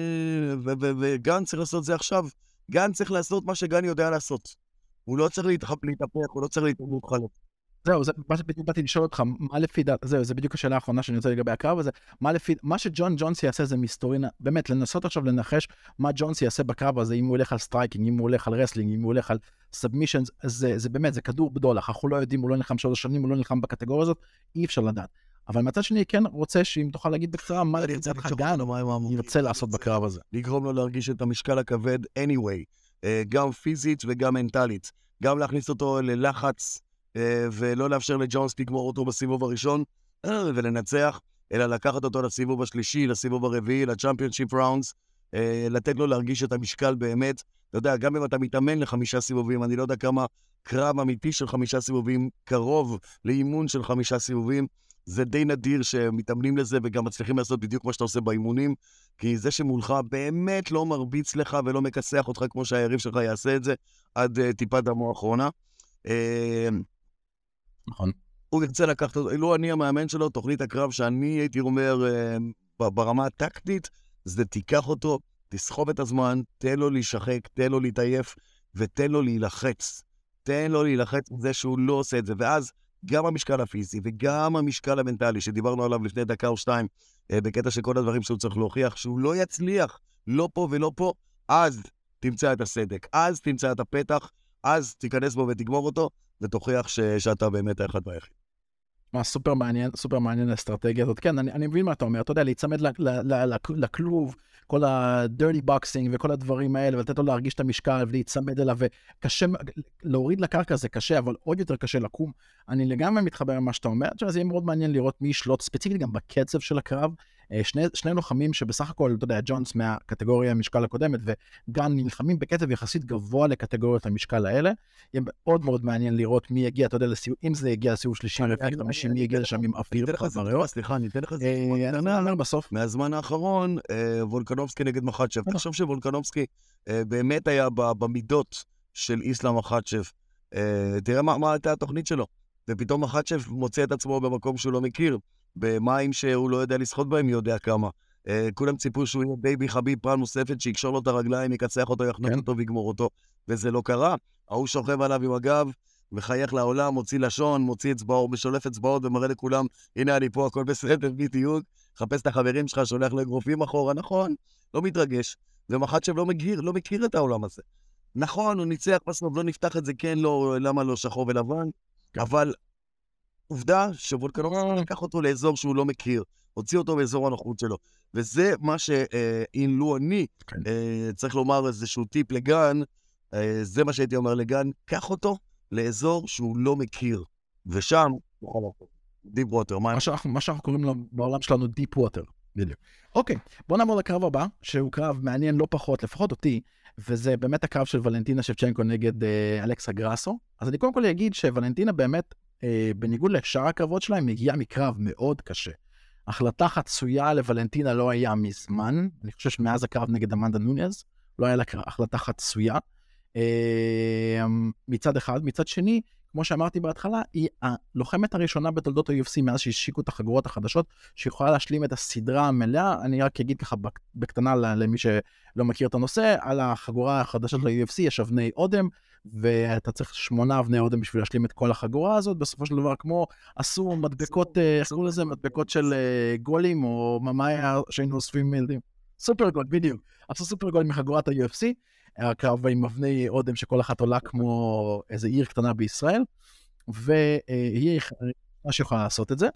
וגן צריך לעשות זה עכשיו. גן צריך לעשות מה שגן יודע לעשות. הוא לא צריך להתהפך, הוא לא צריך להתחלק.
זהו, זה בדיוק באתי לשאול אותך, מה לפי דעת, זה בדיוק השאלה האחרונה שאני רוצה לגבי הקרב הזה, מה שג'ון ג'ונס יעשה זה מסתורינה, באמת, לנסות עכשיו לנחש מה ג'ונס יעשה בקרב הזה, אם הוא הולך על סטרייקינג, אם הוא הולך על רסלינג, אם הוא הולך על סאבמישנס, זה באמת, זה כדור בדולח, אנחנו לא יודעים, הוא לא נלחם 3 שנים, הוא לא נלחם בקטגוריה הזאת, אי אפשר לדעת. אבל מצד שני, כן רוצה שאם תוכל להגיד בקצרה, מה לדעתך גן ירצה לעשות בקרב הזה.
לגרום לו להרגיש את המשקל הכבד anyway, גם פיזית וגם מנטלית, גם להכניס אותו ללחץ ולא לאפשר לג'ונס לגמור אותו בסיבוב הראשון ולנצח, אלא לקחת אותו לסיבוב השלישי, לסיבוב הרביעי, לצ'אמפיונשיפ ראונדס, לתת לו להרגיש את המשקל באמת. אתה יודע, גם אם אתה מתאמן ל5 סיבובים, אני לא יודע כמה קרב אמיתי של 5 סיבובים, קרוב לאימון של 5 סיבובים, זה די נדיר שמתאמנים לזה וגם מצליחים לעשות בדיוק מה שאתה עושה באימונים, כי זה שמולך באמת לא מרביץ לך ולא מכסח אותך כמו שהיריב שלך יעשה את זה, עד טיפת דמו האחרונה.
נכון.
הוא ירצה לקחת, לא אני המאמן שלו, תוכנית הקרב שאני הייתי אומר ברמה הטקטית, זה תיקח אותו, תסחוב את הזמן, תן לו להישחק, תן לו להתעייף, ותן לו להילחץ. תן לו להילחץ מזה שהוא לא עושה את זה, ואז גם המשקל הפיזי וגם המשקל המנטלי, שדיברנו עליו לפני 1 או 2 דקות, בקטע שכל הדברים שהוא צריך להוכיח, שהוא לא יצליח לא פה ולא פה, אז תמצא את הסדק, אז תמצא את הפתח, אז תיכנס בו ותגמור אותו, ותוכיח שאתה באמת האחד והיחיד.
מה, סופר מעניין האסטרטגיה הזאת. כן, אני מבין מה אתה אומר. אתה יודע, להיצמד לכלוב, כל ה-dirty boxing וכל הדברים האלה, ולתת לו להרגיש את המשקל ולהיצמד אליו, וקשה, להוריד לקרקע זה קשה, אבל עוד יותר קשה לקום. אני לגמרי מתחבר עם מה שאתה אומר, זה יהיה מאוד מעניין לראות מי ישלוט ספציפית גם בקצב של הקרב. שני לוחמים שבסך הכל, אתה יודע, ג'ונס מהקטגוריה המשקל הקודמת, וגם נלחמים בקצב יחסית גבוה לקטגוריות המשקל האלה. יהיה מאוד מאוד מעניין לראות מי יגיע, אתה יודע, אם זה יגיע לסיבוב שלישי, מי יגיע לשם עם אוויר בריאות.
סליחה, אני אתן לך את זה.
אני אומר בסוף.
מהזמן האחרון, וולקנובסקי נגד מחצ'ב. תחשוב שוולקנובסקי באמת היה במידות של איסלאם מחצ'ב. תראה מה הייתה התוכנית שלו. ופתאום מחצ'ב מוצא את עצמו במקום שהוא לא מכיר. במים שהוא לא יודע לשחות בהם, יודע כמה. כולם ציפו שהוא יהיה בייבי חביב פעם נוספת, שיקשור לו את הרגליים, יקצח אותו, יחנוק אותו ויגמור אותו. וזה לא קרה. ההוא שוכב עליו עם הגב, מחייך לעולם, מוציא לשון, מוציא אצבעות, משולף אצבעות ומראה לכולם, הנה אני פה, הכל בסדר, בדיוק. חפש את החברים שלך, שולח לאגרופים אחורה, נכון, לא מתרגש. ומחצ'ב לא מכיר את העולם הזה. נכון, הוא ניצח בסוף, לא נפתח את זה, כן, לא, למה לא שחור ולבן, אבל עובדה שוולקנובסקי לקח אותו לאזור שהוא לא מכיר, הוציא אותו באזור הנוחות שלו. וזה מה שאם לא אני, צריך לומר איזשהו טיפ לגן, זה מה שהייתי אומר לגן, קח אותו לאזור שהוא לא מכיר, ושם דיפ ווטר.
מה שאנחנו קוראים לו בעולם שלנו דיפ ווטר. בדיוק. אוקיי, בוא נעבור לקרב הבא, שהוא קרב מעניין לא פחות, לפחות אותי, וזה באמת הקרב של ולנטינה שבצ'נקו נגד אלכסה גרסו. אז אני קודם כל אגיד שוולנטינה באמת, בניגוד לשאר הקרבות שלהם, מגיעה מקרב מאוד קשה. החלטה חצויה לוולנטינה לא היה מזמן, אני חושב שמאז הקרב נגד אמנדה נוניאז, לא היה לה החלטה חצויה. מצד אחד, מצד שני, כמו שאמרתי בהתחלה, היא הלוחמת הראשונה בתולדות ה-UFC מאז שהשיקו את החגורות החדשות, שיכולה להשלים את הסדרה המלאה. אני רק אגיד ככה בקטנה למי שלא מכיר את הנושא, על החגורה החדשות ל-UFC יש אבני אודם, ואתה צריך 8 אבני אודם בשביל להשלים את כל החגורה הזאת. בסופו של דבר, כמו עשו מדבקות, עשו לזה מדבקות של גולים, או מה שהיינו אוספים מילדים. סופר גול, בדיוק. עשו סופר גול מחגורת ה-UFC, הקרב עם אבני אודם שכל אחת עולה כמו איזו עיר קטנה בישראל, והיא מה שיכולה לעשות את זה.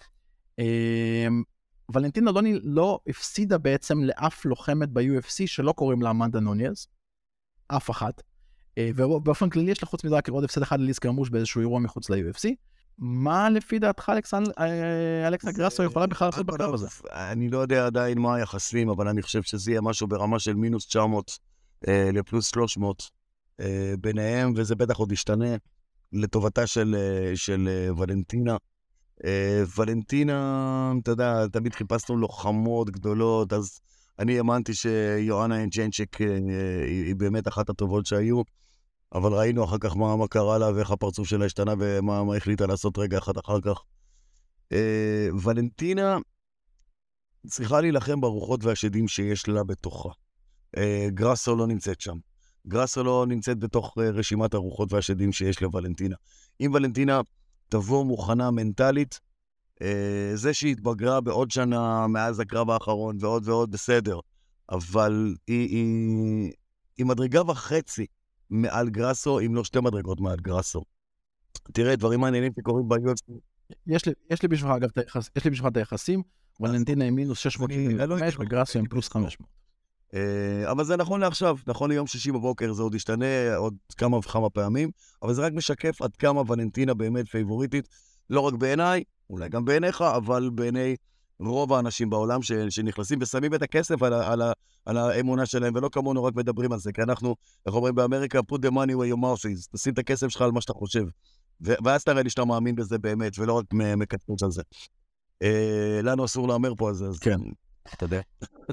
ולנטינה לא הפסידה בעצם לאף לוחמת ב-UFC שלא קוראים לה אמנדה נוניאז, אף אחת, ובאופן כללי יש לחוץ מזה רק עוד הפסד אחד לליס קרמוש באיזשהו אירוע מחוץ ל-UFC. מה לפי דעתך אלכסה גרסו יכולה בכלל לעשות בקרב הזה?
אני לא יודע עדיין מה היחסים, אבל אני חושב שזה יהיה משהו ברמה של מינוס 900 לפלוס 300 ביניהם, וזה בטח עוד ישתנה לטובתה של ולנטינה. ולנטינה, אתה יודע, תמיד חיפשנו לוחמות גדולות, אז אני האמנתי שיואנה אנג'נצ'יק היא באמת אחת הטובות שהיו, אבל ראינו אחר כך מה קרה לה ואיך הפרצוף שלה השתנה ומה החליטה לעשות רגע אחד אחר כך. ולנטינה צריכה להילחם ברוחות והשדים שיש לה בתוכה. גרסו לא נמצאת שם. גרסו לא נמצאת בתוך רשימת הרוחות והשדים שיש לוולנטינה. אם ולנטינה תבוא מוכנה מנטלית, זה שהיא התבגרה בעוד שנה מאז הקרב האחרון ועוד ועוד בסדר, אבל היא מדרגה וחצי מעל גרסו, אם לא 2 מדרגות מעל גרסו. תראה, דברים מעניינים שקורים ב-UFC.
יש לי בשבילך אגב, יש לי בשבילך את היחסים, ולנטינה עם מינוס 695 וגרסו עם פלוס 500.
אבל זה נכון לעכשיו, נכון ליום שישי בבוקר, זה עוד ישתנה עוד כמה וכמה פעמים, אבל זה רק משקף עד כמה ולנטינה באמת פייבוריטית, לא רק בעיניי, אולי גם בעיניך, אבל בעיני רוב האנשים בעולם שנכנסים ושמים את הכסף על האמונה שלהם, ולא כמונו רק מדברים על זה, כי אנחנו, איך אומרים באמריקה, put the money where your mouth is, תשים את הכסף שלך על מה שאתה חושב, ואז תראה לי שאתה מאמין בזה באמת, ולא רק מקצוץ על זה. לנו אסור לאמר פה על זה, אז
כן,
אתה יודע.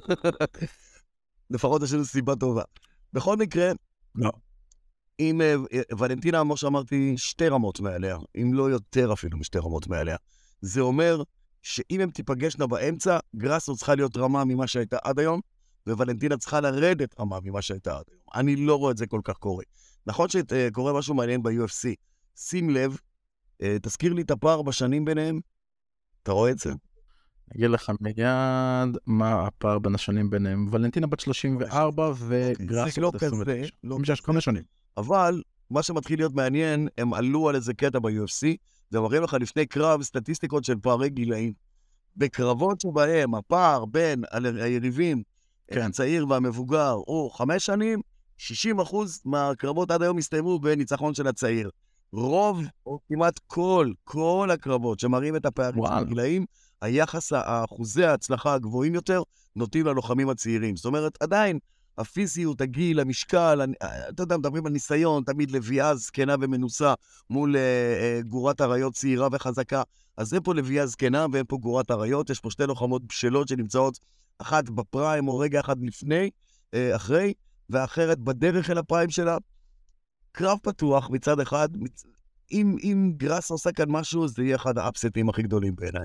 לפחות יש לנו סיבה טובה. בכל מקרה,
לא.
אם ולנטינה, כמו שאמרתי, 2 רמות מעליה, אם לא יותר אפילו מ2 רמות מעליה. זה אומר שאם הם תיפגשנה באמצע, גרסו צריכה להיות רמה ממה שהייתה עד היום, וולנטינה צריכה לרדת רמה ממה שהייתה עד היום. אני לא רואה את זה כל כך קורה. נכון שקורה משהו מעניין ב-UFC. שים לב, תזכיר לי את הפער בשנים ביניהם. אתה רואה את זה?
אגיד לך מיד מה הפער בין השנים ביניהם. ולנטינה בת 34 וגרסו בת 29. 5 שנים.
אבל מה שמתחיל להיות מעניין, הם עלו על איזה קטע ב-UFC, זה מראים לך לפני קרב סטטיסטיקות של פערי גילאים. בקרבות שבהם הפער בין היריבים, הצעיר והמבוגר, הוא 5 שנים, 60% מהקרבות עד היום הסתיימו בניצחון של הצעיר. רוב, או כמעט כל הקרבות שמראים את הפערים של הגילאים, היחס, האחוזי ההצלחה הגבוהים יותר, נוטים ללוחמים הצעירים. זאת אומרת, עדיין, הפיזיות, הגיל, המשקל, אתה יודע, מדברים על ניסיון, תמיד לביאה זקנה ומנוסה מול גורת הריות צעירה וחזקה. אז זה פה לביאה זקנה ואין פה גורת הריות, יש פה שתי לוחמות בשלות שנמצאות, אחת בפריים או רגע אחד לפני, אחרי, ואחרת בדרך אל הפריים שלה. קרב פתוח מצד אחד, אם גרס עושה כאן משהו, זה יהיה אחד האפסטים הכי גדולים בעיניי.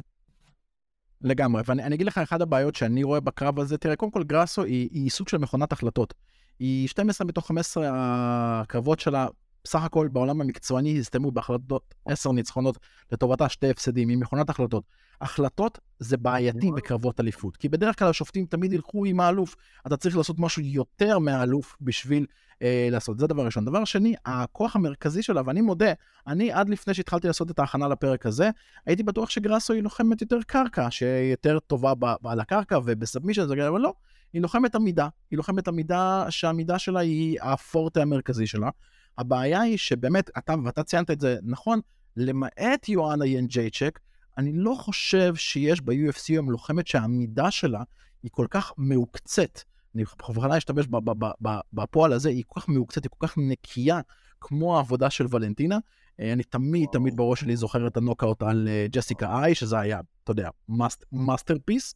לגמרי, ואני אגיד לך אחד הבעיות שאני רואה בקרב הזה, תראה, קודם כל גרסו היא סוג של מכונת החלטות. היא 12 מתוך 15 הקרבות שלה, בסך הכל בעולם המקצועני הסתיימו בהחלטות 10 ניצחונות, לטובתה 2 הפסדים, היא מכונת החלטות. החלטות זה בעייתי בקרבות אליפות, כי בדרך כלל השופטים תמיד ילכו עם האלוף, אתה צריך לעשות משהו יותר מהאלוף בשביל לעשות, זה דבר ראשון. דבר שני, הכוח המרכזי שלה, ואני מודה, אני עד לפני שהתחלתי לעשות את ההכנה לפרק הזה, הייתי בטוח שגרסו היא לוחמת יותר קרקע, שהיא יותר טובה על הקרקע ובסאבמישן, אבל לא, היא לוחמת עמידה, היא לוחמת עמידה שהעמידה שלה היא הפורטה המרכזי שלה. הבעיה היא שבאמת, ואתה ציינת את זה נכון, למעט יואנה ינג'ייצ'ק, אני לא חושב שיש ב-UFC היום לוחמת שהעמידה שלה היא כל כך מעוקצת, אני בכוונה אשתמש בפועל הזה, היא כל כך מעוקצת, היא כל כך נקייה, כמו העבודה של ולנטינה. אני תמיד בראש שלי זוכר את הנוקאוט על ג'סיקה איי, שזה היה, אתה יודע, מאסטרפיס,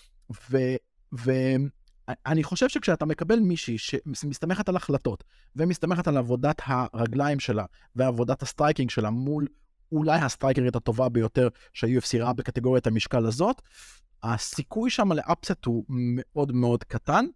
ואני חושב שכשאתה מקבל מישהי שמסתמכת על החלטות, ומסתמכת על עבודת הרגליים שלה, ועבודת הסטרייקינג שלה, מול אולי הסטרייקרית הטובה ביותר שה-UFC ראה בקטגוריית המשקל הזאת, הסיכוי שם לאפסט הוא מאוד מאוד קטן.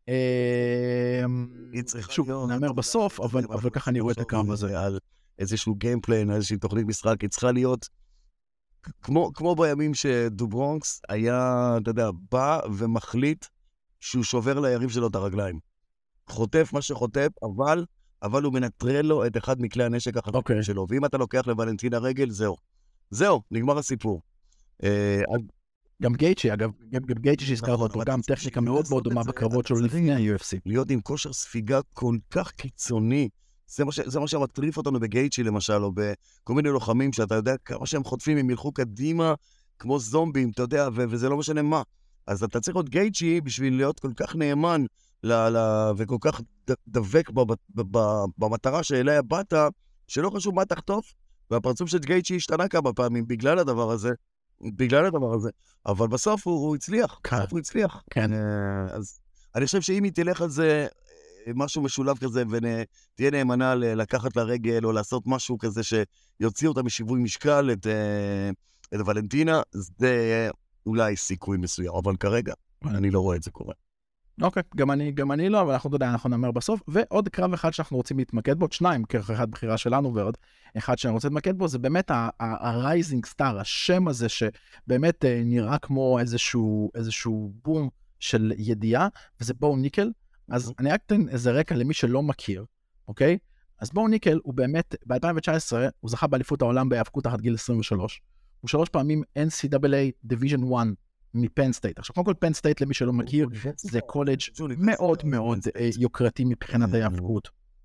שוב, נאמר בסוף, אבל ככה אני רואה את הקרב הזה.
על איזשהו גיימפליין, איזושהי תוכנית משחק, היא צריכה להיות כמו בימים שדוברונקס היה, אתה יודע, בא ומחליט שהוא שובר ליריב שלו את הרגליים. חוטף מה שחוטף, אבל הוא מנטרל לו את אחד מכלי הנשק החזקים שלו. ואם אתה לוקח לוולנטינה רגל, זהו, נגמר הסיפור.
גם גייצ'י, אגב, גם גייצ'י שהזכרת אותו, גם טכניקה מאוד מאוד דומה בקרבות שלו לפני ה-UFC.
להיות עם כושר ספיגה כל כך קיצוני, זה מה שמטריף אותנו בגייצ'י למשל, או בכל מיני לוחמים שאתה יודע כמה שהם חוטפים, הם ילכו קדימה כמו זומבים, אתה יודע, וזה לא משנה מה. אז אתה צריך להיות גייצ'י בשביל להיות כל כך נאמן וכל כך דבק במטרה שאליה באת, שלא חשוב מה תחטוף, והפרצוף של גייצ'י השתנה כמה פעמים בגלל הדבר הזה, אבל בסוף הוא הצליח,
כן.
אז אני חושב שאם היא תלך על זה משהו משולב כזה, ותהיה נאמנה לקחת לרגל, או לעשות משהו כזה שיוציא אותה משיווי משקל, את ולנטינה, זה אולי סיכוי מסוים, אבל כרגע אני לא רואה את זה קורה.
אוקיי, גם אני לא, אבל אנחנו נאמר בסוף, ועוד קרב אחד שאנחנו רוצים להתמקד בו, 2, כרך אחד בחירה שלנו, ועוד אחד שאני רוצה להתמקד בו, זה באמת ה-Rising Star, השם הזה שבאמת נראה כמו איזשהו בום של ידיעה, וזה בואו ניקל. אז אני רק אתן איזה רקע למי שלא מכיר, אוקיי? אז בואו ניקל הוא באמת, ב-2019, הוא זכה באליפות העולם בהיאבקות תחת גיל 23, הוא 3 פעמים NCAA Division 1 מפן סטייט. עכשיו, קודם כל פן סטייט, למי שלא מכיר, זה קולג' מאוד מאוד יוקרתי מבחינת ההיאבקות.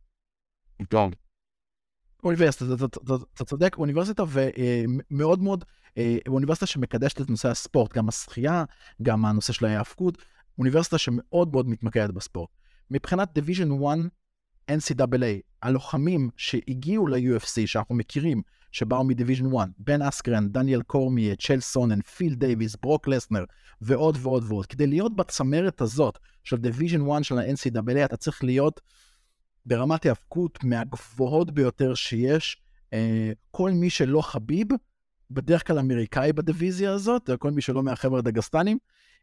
אוניברסיטה, אתה צודק, אוניברסיטה ומאוד מאוד, אוניברסיטה שמקדשת את נושא הספורט, גם השחייה, גם הנושא של ההיאבקות, אוניברסיטה שמאוד מאוד מתמקדת בספורט. מבחינת Division 1 NCAA, הלוחמים שהגיעו ל-UFC, שאנחנו מכירים, שבאו מדיוויז'ן 1, בן אסקרן, דניאל קורמי, צ'ל סונן, פיל דייביס, ברוק לסנר, ועוד ועוד ועוד. כדי להיות בצמרת הזאת של דיוויז'ן 1 של ה-NCAA, אתה צריך להיות ברמת היאבקות מהגבוהות ביותר שיש. כל מי שלא חביב, בדרך כלל אמריקאי בדיוויזיה הזאת, כל מי שלא מהחבר'ה הדגסטנים.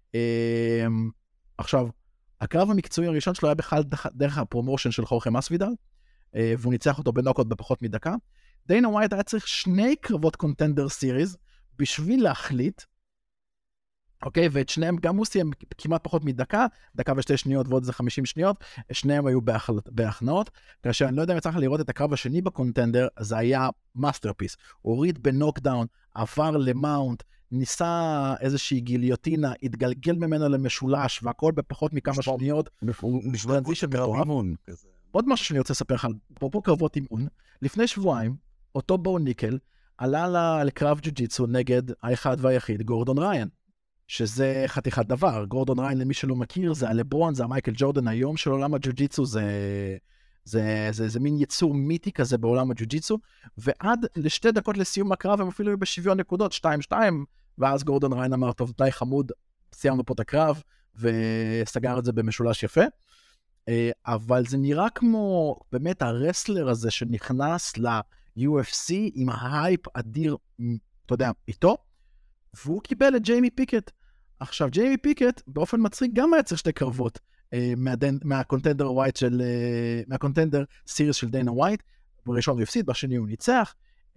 עכשיו, הקרב המקצועי הראשון שלו היה בכלל דרך הפרומושן של חורכה מסוידל, והוא ניצח אותו בנוקאוט בפחות מדקה. דיינה ווייט היה צריך 2 קרבות קונטנדר סיריז בשביל להחליט אוקיי, ואת שניהם, גם הוא סיים כמעט פחות מדקה, דקה ושתי שניות ועוד איזה 50 שניות, שניהם היו בהכנעות, כאשר אני לא יודע אם יצטרך לראות את הקרב השני בקונטנדר, זה היה מאסטרפיס, הוא הוריד בנוקדאון, עבר למאונט, ניסה איזושהי גיליוטינה, התגלגל ממנו למשולש, והכל בפחות מכמה שניות, טרנזישן מטורף. עוד משהו שאני רוצה לספר לך, אפרופו קרבות אימון, לפני שבועיים, אותו בואו ניקל, עלה לקרב ג'ו-ג'יטסו נגד האחד והיחיד, גורדון ריין. שזה חתיכת דבר. גורדון ריין, למי שלא מכיר, זה הלברון, זה המייקל ג'ורדן היום של עולם הג'ו-ג'יטסו, זה מין יצור מיתי כזה בעולם הג'ו-ג'יטסו, ועד לשתי דקות לסיום הקרב, הם אפילו היו בשוויון נקודות, 2-2, ואז גורדון ריין אמר, טוב, די חמוד, סיימנו פה את הקרב, וסגר את זה במשולש יפה, אבל זה נראה כמו באמת הרסלר הזה שנכנס ל-UFC עם ההייפ אדיר, אתה יודע, איתו, והוא קיבל את ג'יימי פיקט. עכשיו, ג'יימי פיקט באופן מצחיק גם היה צריך שתי קרבות מהקונטנדר ווייט של, מהקונטנדר סיריס של דיינה ווייט, בראשון הוא הפסיד, בשני הוא ניצח,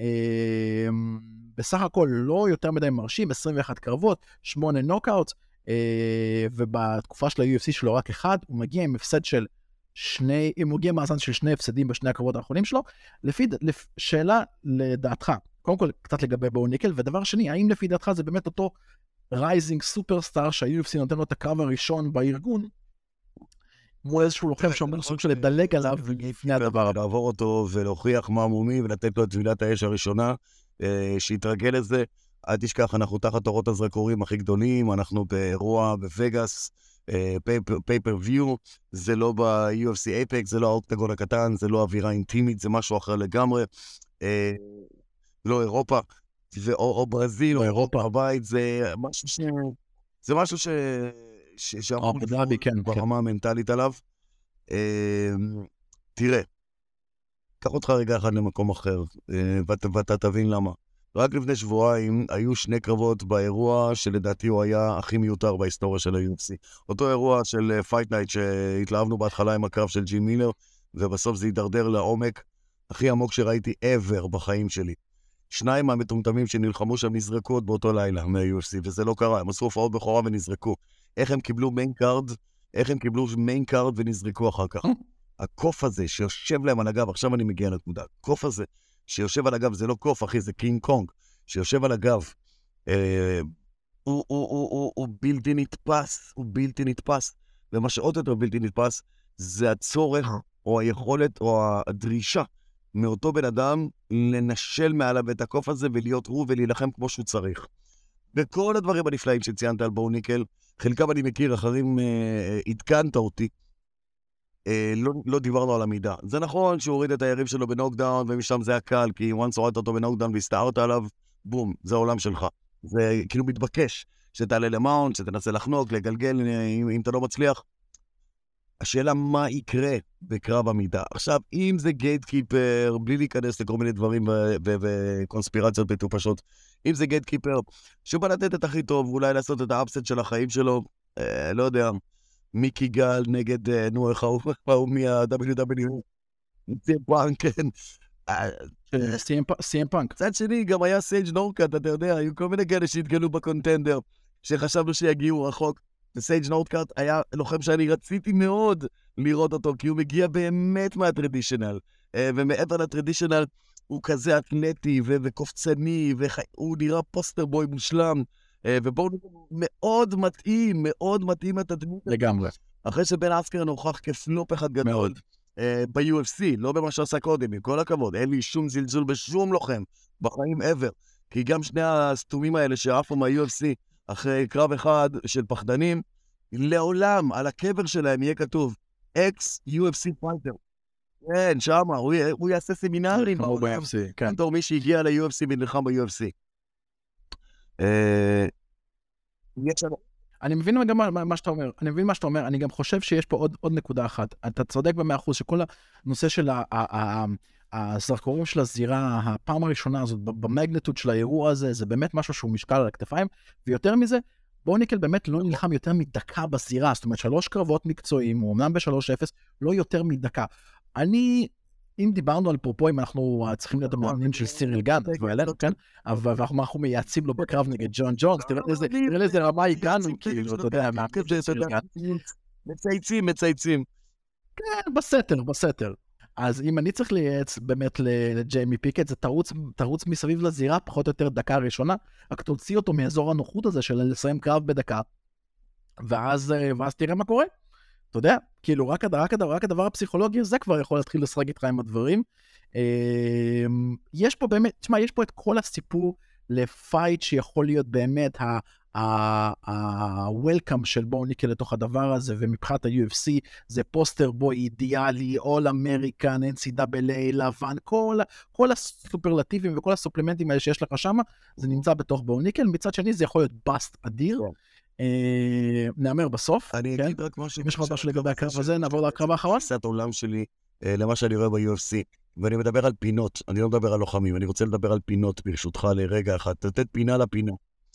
בסך הכל לא יותר מדי מרשים, 21 קרבות, 8 נוקאוטס, ובתקופה של ה-UFC שלו רק אחד, הוא מגיע עם הפסד של הוא מגיע מאזן של שני הפסדים בשני הקרבות האחרונים שלו, שאלה לדעתך, קודם כל קצת לגבי בואו ניקל, ודבר שני, האם לפי דעתך זה באמת אותו רייזינג סופרסטאר שה-UFC נותן לו את הקרב הראשון בארגון, מול איזשהו לוחם שאומר סוג של לדלג עליו לפני הדבר הבא.
לעבור אותו ולהוכיח מה מומי ולתת לו את טבילת האש הראשונה, שיתרגל לזה. אל תשכח, אנחנו תחת אורות הזרקורים הכי גדולים, אנחנו באירוע בווגאס, פייפר-ויו, זה לא ב-UFC אייפקס, זה לא האוקטגון הקטן, זה לא אווירה אינטימית, זה משהו אחר לגמרי. לא אירופה, או ברזיל, או אירופה הבית, זה משהו שאנחנו ברמה המנטלית עליו. תראה, קח אותך רגע אחד למקום אחר, ואתה תבין למה. רק לפני שבועיים היו שני קרבות באירוע שלדעתי הוא היה הכי מיותר בהיסטוריה של ה-UFC. אותו אירוע של פייט נייט שהתלהבנו בהתחלה עם הקרב של ג'י מילר, ובסוף זה יידרדר לעומק הכי עמוק שראיתי ever בחיים שלי. שניים מהמטומטמים שנלחמו שם נזרקו עוד באותו לילה מה-UFC, וזה לא קרה, הם עשו הופעות בכורה ונזרקו. איך הם קיבלו מיין קארד ונזרקו אחר כך? הקוף הזה שיושב להם על הגב, עכשיו אני מגיע לנקודה, הקוף הזה שיושב על הגב, זה לא קוף אחי, זה קינג קונג, שיושב על הגב, הוא בלתי נתפס, ומה שעוד יותר בלתי נתפס, זה הצורך או היכולת או הדרישה מאותו בן אדם לנשל מעליו את הקוף הזה ולהיות הוא ולהילחם כמו שהוא צריך. וכל הדברים הנפלאים שציינת על בואו ניקל, חלקם אני מכיר, אחרים התקנת אותי, לא דיברנו על המידה. זה נכון שהוא הוריד את היריב שלו בנוקדאון, ומשם זה הקל, כי once הורדת אותו בנוקדאון והסתערת עליו, בום, זה העולם שלך. זה כאילו מתבקש שתעלה למאונט, שתנסה לחנוק, לגלגל, אם אתה לא מצליח. השאלה מה יקרה בקרב המידה. עכשיו, אם זה גייטקיפר, בלי להיכנס לכל מיני דברים וקונספירציות מטופשות, אם זה גייטקיפר, שבא לתת את הכי טוב, אולי לעשות את האפסט של החיים שלו, לא יודע, מיקי גל נגד, איך הוא מה-WW, סי.אם פאנק, כן.
סי.אם פאנק.
צד שני, גם היה סייג' נורקאט, אתה יודע, היו כל מיני כאלה שהתגלו בקונטנדר, שחשבנו שיגיעו רחוק. וסייג' נורקאט היה לוחם שאני רציתי מאוד לראות אותו, כי הוא מגיע באמת מהטרדישנל, ומעבר לטרדישנל, הוא כזה אתלטי וקופצני, והוא נראה פוסטר בוי מושלם, ובואו מאוד מתאים את הדמות.
לגמרי.
אחרי שבן אסקרן הוכח כפלופ אחד גדול, ב-UFC, לא במה שעשה קודם, עם כל הכבוד, אין לי שום זלזול בשום לוחם, בחיים ever, כי גם שני הסתומים האלה שעפו מה-UFC, אחרי קרב אחד של פחדנים, לעולם, על הקבר שלהם יהיה כתוב, ex-UFC fighter. כן, שמה, הוא יעשה סמינרים.
כמו ב-UFC, כן.
בתור מי שהגיע ל-UFC ונלחם ב-UFC.
אני מבין גם מה שאתה אומר, אני גם חושב שיש פה עוד נקודה אחת. אתה צודק ב100% שכל הנושא של הזרקורים של הזירה, הפעם הראשונה הזאת, במגנטוד של האירוע הזה, זה באמת משהו שהוא משקל על הכתפיים, ויותר מזה, בואו ניקל באמת לא נלחם יותר מדקה בזירה, זאת אומרת 3 קרבות מקצועיים, הוא אמנם ב-3-0, לא יותר מדקה. אני אם דיברנו על פרופו, אם אנחנו צריכים להיות המאמנים של סיריל גן, כן? אבל אנחנו מייעצים לו בקרב נגד ג'ון ג'ונס, תראה לאיזה רמה הגענו, כאילו, אתה יודע, מאמנים של סיריל גן.
מצייצים.
כן, בסתר. אז אם אני צריך לייעץ באמת לג'יימי פיקט, זה תרוץ מסביב לזירה, פחות או יותר דקה ראשונה, רק תוציא אותו מאזור הנוחות הזה של לסיים קרב בדקה, ואז תראה מה קורה. אתה יודע, כאילו רק הדבר הפסיכולוגי הזה כבר יכול להתחיל לשחק איתך עם הדברים. יש פה באמת, תשמע, יש פה את כל הסיפור לפייט שיכול להיות באמת ה-welcome של בואו ניקל לתוך הדבר הזה, ומבחינת ה-UFC זה פוסטר בוי אידיאלי, All American, NCAA, לבן, כל הסופרלטיבים וכל הסופלמנטים האלה שיש לך שם, זה נמצא בתוך בואו ניקל, מצד שני זה יכול להיות בסט אדיר, נאמר בסוף.
אני אגיד רק משהו.
אם יש לך משהו לגבי הקרב הזה, נעבור לקרב האחרון.
תפיסת העולם שלי למה שאני רואה ב-UFC, ואני מדבר על פינות, אני לא מדבר על לוחמים, אני רוצה לדבר על פינות ברשותך לרגע אחד, לתת פינה לפינה.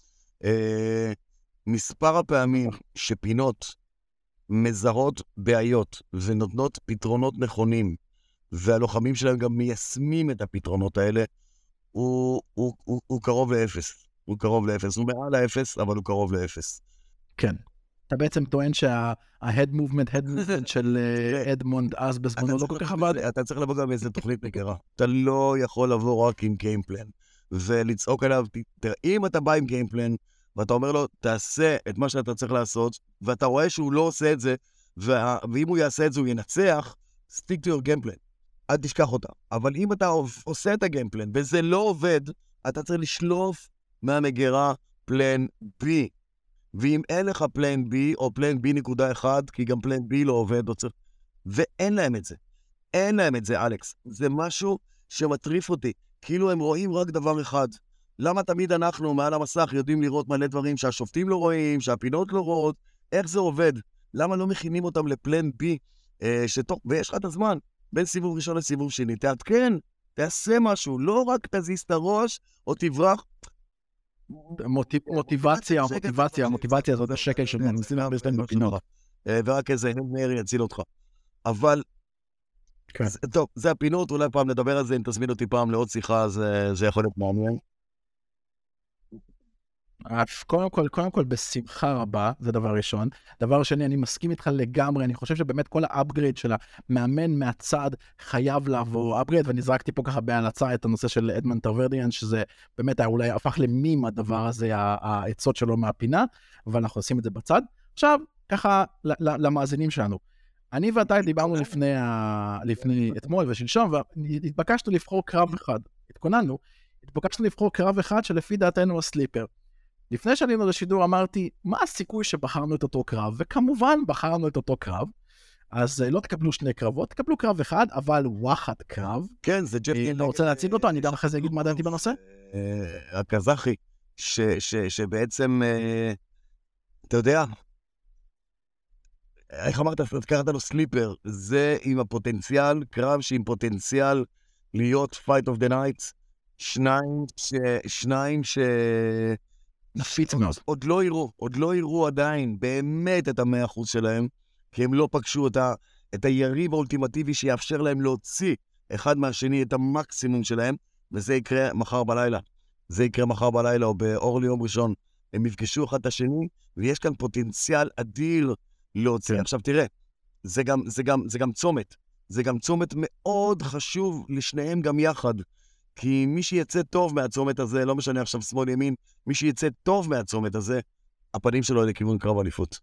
מספר הפעמים שפינות מזהות בעיות ונותנות פתרונות נכונים, והלוחמים שלהם גם מיישמים את הפתרונות האלה, הוא קרוב לאפס. הוא קרוב לאפס. הוא מעל לאפס, אבל הוא קרוב לאפס.
כן. אתה בעצם טוען שה-head movement של אדמונד אז בזמנו לא כל כך עבד.
אתה צריך לבוא גם איזה תוכנית נקרה. אתה לא יכול לבוא רק עם גיימפלן, ולצעוק עליו, אם אתה בא עם גיימפלן, ואתה אומר לו, תעשה את מה שאתה צריך לעשות, ואתה רואה שהוא לא עושה את זה, ואם הוא יעשה את זה, הוא ינצח, stick to your game plan. אל תשכח אותה. אבל אם אתה עושה את הגיימפלן, וזה לא עובד, אתה צריך לשלוף מהמגירה פלן B. ואם אין לך פלן B, או פלן B.1, כי גם פלן B לא עובד, ואין להם את זה. אין להם את זה, אלכס. זה משהו שמטריף אותי. כאילו הם רואים רק דבר אחד. למה תמיד אנחנו מעל המסך יודעים לראות מלא דברים שהשופטים לא רואים, שהפינות לא רואות? איך זה עובד? למה לא מכינים אותם לפלן B? ויש לך את הזמן, בין סיבוב ראשון לסיבוב שני. תעדכן, תעשה משהו, לא רק תזיז את הראש, או תברח.
מוטיבציה, זאת השקל של מנסים להרבש להם בפינות.
ורק איזה מרי יציל אותך. אבל, טוב, זה הפינות, אולי פעם נדבר על זה, אם תזמין אותי פעם לעוד שיחה, זה יכול להיות מעניין.
קודם כל בשמחה רבה, זה דבר ראשון. דבר שני, אני מסכים איתך לגמרי, אני חושב שבאמת כל האפגריד של המאמן מהצד חייב לעבור אפגריד, ואני זרקתי פה ככה בהלצה את הנושא של אדמונד טרוורדיאן, שזה באמת אולי הפך למים הדבר הזה, העצות שלו מהפינה, ואנחנו עושים את זה בצד. עכשיו, ככה למאזינים שלנו. אני ואתה דיברנו לפני אתמול ושלשום, והתבקשנו לבחור קרב אחד. התבקשנו לבחור קרב אחד שלפי דעתנו הסליפר. לפני שעלינו לשידור אמרתי, מה הסיכוי שבחרנו את אותו קרב? וכמובן בחרנו את אותו קרב, אז לא תקבלו שני קרבות, תקבלו קרב אחד, אבל וואחד קרב.
כן, זה ג'ף ניר.
אתה רוצה להציג אותו? אני גם אחרי זה אגיד מה דעתי בנושא.
הקזחי, שבעצם, אתה יודע, איך אמרת, קראת לו סליפר, זה עם הפוטנציאל, קרב שעם פוטנציאל להיות fight of the night, שניים
נפיץ מאוד.
עוד לא יראו עדיין באמת את 100% שלהם, כי הם לא פגשו את היריב האולטימטיבי שיאפשר להם להוציא אחד מהשני את המקסימום שלהם, וזה יקרה מחר בלילה. זה יקרה מחר בלילה או באור ליום ראשון. הם יפגשו אחד את השני, ויש כאן פוטנציאל אדיר להוציא. עכשיו תראה, זה גם צומת. זה גם צומת מאוד חשוב לשניהם גם יחד. כי מי שיצא טוב מהצומת הזה, לא משנה עכשיו שמאל ימין, מי שיצא טוב מהצומת הזה, הפנים שלו לכיוון קרב אליפות.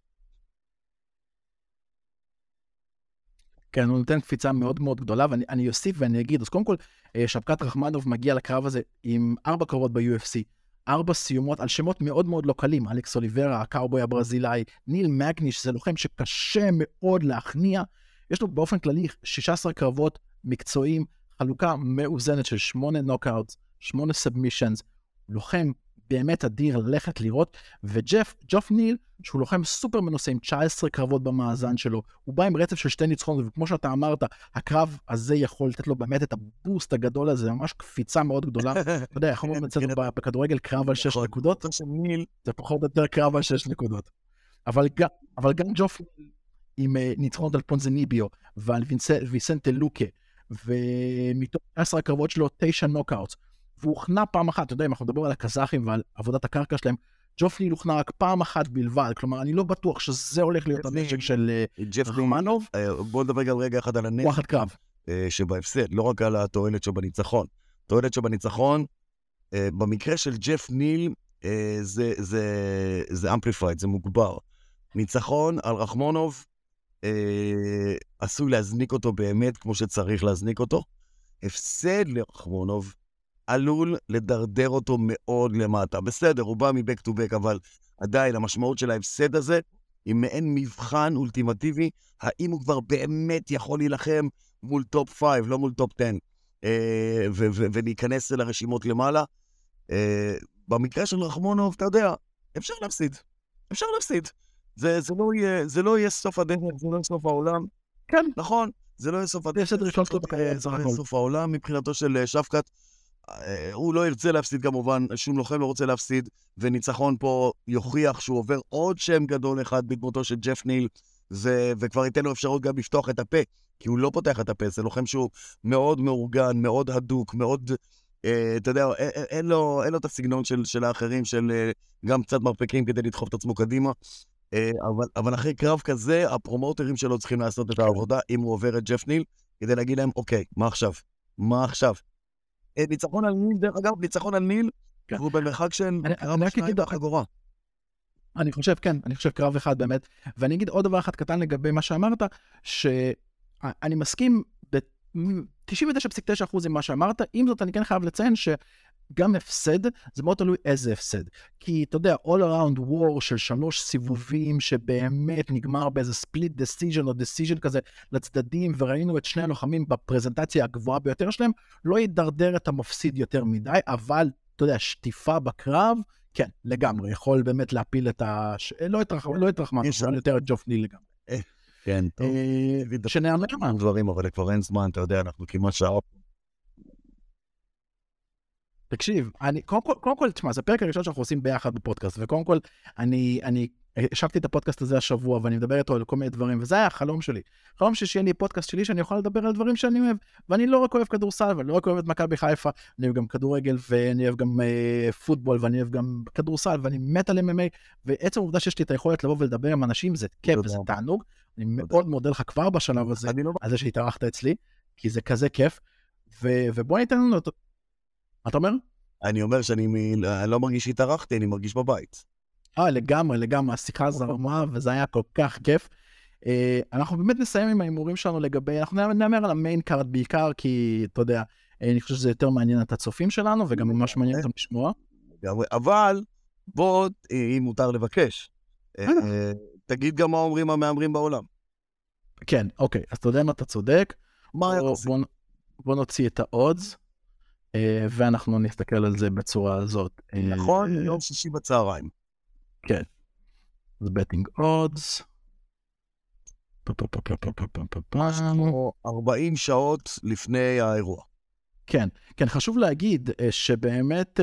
כן, הוא נותן קפיצה מאוד מאוד גדולה, ואני אוסיף ואני אגיד, אז קודם כל, שבקת רחמנוב מגיע לקרב הזה עם 4 קרבות ב-UFC, 4 סיומות על שמות מאוד מאוד לוקלים, אלכס אוליברה, הקאובוי הברזילאי, ניל מגניש, זה לוחם שקשה מאוד להכניע, יש לו באופן כללי 16 קרבות מקצועיים, חלוקה מאוזנת של 8 נוקאוטס, 8 סאבמישנס, לוחם באמת אדיר ללכת לראות, וג'וף ניל, שהוא לוחם סופר מנוסה עם 19 קרבות במאזן שלו, הוא בא עם רצף של 2 ניצחונות, וכמו שאתה אמרת, הקרב הזה יכול לתת לו באמת את הבוסט הגדול הזה, ממש קפיצה מאוד גדולה. אתה יודע, איך אומרים אצלנו בכדורגל קרב על 6 נקודות? זה פחות או יותר קרב על 6 נקודות. אבל גם ג'וף ניל, עם ניצחונות על פונזניביו, ועל ויסנטה לוקה, ומתוך 10 הקרבות שלו 9 נוקאוטס, והוא הוכנע פעם אחת, אתה יודע, אם אנחנו מדברים על הקזחים ועל עבודת הקרקע שלהם, ג'וף ניל הוכנע רק פעם אחת בלבד, כלומר, אני לא בטוח שזה הולך להיות הנשק של רחמנוב.
בוא נדבר גם רגע אחד על הנשק.
וואחד קרב.
שבהפסד, לא רק על התועלת שבניצחון. התועלת שבניצחון, במקרה של ג'ף ניל, זה אמפליפייד, זה מוגבר. ניצחון על רחמנוב, עשוי להזניק אותו באמת כמו שצריך להזניק אותו. הפסד לרחמנוב עלול לדרדר אותו מאוד למטה. בסדר, הוא בא מבק טו בק, אבל עדיין המשמעות של ההפסד הזה היא מעין מבחן אולטימטיבי, האם הוא כבר באמת יכול להילחם מול טופ 5, לא מול טופ 10, ולהיכנס אל הרשימות למעלה. במקרה של רחמנוב, אתה יודע, אפשר להפסיד. אפשר להפסיד. זה לא יהיה סוף הדרך, זה לא יהיה סוף העולם. כן, נכון, זה לא יהיה סוף הדרך. זה לא יהיה סוף העולם מבחינתו של שפקת. הוא לא ירצה להפסיד כמובן, שום לוחם לא רוצה להפסיד, וניצחון פה יוכיח שהוא עובר עוד שם גדול אחד בדמותו של ג'ף ניל, וכבר ייתן לו אפשרות גם לפתוח את הפה, כי הוא לא פותח את הפה, זה לוחם שהוא מאוד מאורגן, מאוד הדוק, מאוד, אתה יודע, אין לו את הסגנון של האחרים, של גם קצת מרפקים כדי לדחוף את עצמו קדימה, אבל אחרי קרב כזה, הפרומוטרים שלו צריכים לעשות את העבודה, אם הוא עובר את ג'ף ניל, כדי להגיד להם, אוקיי, מה עכשיו? מה עכשיו? ניצחון על ניל, דרך אגב, ניצחון על ניל, הוא במרחק של קרב שניים בחגורה.
אני חושב, כן, אני חושב קרב אחד באמת, ואני אגיד עוד דבר אחד קטן לגבי מה שאמרת, שאני מסכים ב-99.9% עם מה שאמרת, עם זאת אני כן חייב לציין שגם הפסד, זה מאוד תלוי איזה הפסד, כי אתה יודע, all around war של 3 סיבובים, שבאמת נגמר באיזה split decision או decision כזה לצדדים, וראינו את שני הלוחמים בפרזנטציה הגבוהה ביותר שלהם, לא ידרדר את המפסיד יותר מדי, אבל אתה יודע, שטיפה בקרב, כן, לגמרי, יכול באמת להפיל את לא את רחמן, אבל יותר את ג'וף ניל לגמרי.
כן, טוב.
שנאמר מה.
דברים, אבל כבר אין זמן, אתה יודע, אנחנו כמעט שעה.
תקשיב, קודם כל, תשמע, זה הפרק הראשון שאנחנו עושים ביחד בפודקאסט, וקודם כל, אני השקתי את הפודקאסט הזה השבוע, ואני מדבר איתו על כל מיני דברים, וזה היה החלום שלי. החלום שיהיה לי פודקאסט שלי, שאני יכול לדבר על דברים שאני אוהב, ואני לא רק אוהב כדורסל, ואני לא רק אוהב את מכבי חיפה, אני אוהב גם כדורגל, ואני אוהב גם פוטבול, ואני אוהב גם כדורסל, ואני מת על MMA, ועצם העובדה שיש לי את היכולת לבוא ולדבר עם אנשים, זה כיף וזה תענוג. אני מאוד מודה לך כבר בשלב הזה, על זה שהתארחת אצלי, כי זה כזה כיף, ובוא ניתן לנו אותו. מה אתה אומר?
אני אומר שאני לא מרגיש שהתארחתי, אני מרגיש בבית.
לגמרי, השיחה זרמה, וזה היה כל כך כיף. אנחנו באמת נסיים עם האימורים שלנו לגבי, אנחנו נאמר על המיין קארד בעיקר, כי אתה יודע, אני חושב שזה יותר מעניין את הצופים שלנו, וגם ממש מעניין אותם לשמוע.
אבל, בוא, אם מותר לבקש, תגיד גם מה אומרים המאמרים בעולם.
כן, אוקיי, אז אתה יודע מה אתה צודק. בוא נוציא את האודס. ואנחנו נסתכל על זה בצורה הזאת.
נכון, יום שישי בצהריים.
כן. זה בטינג אודס.
40 שעות לפני האירוע.
כן, חשוב להגיד שבאמת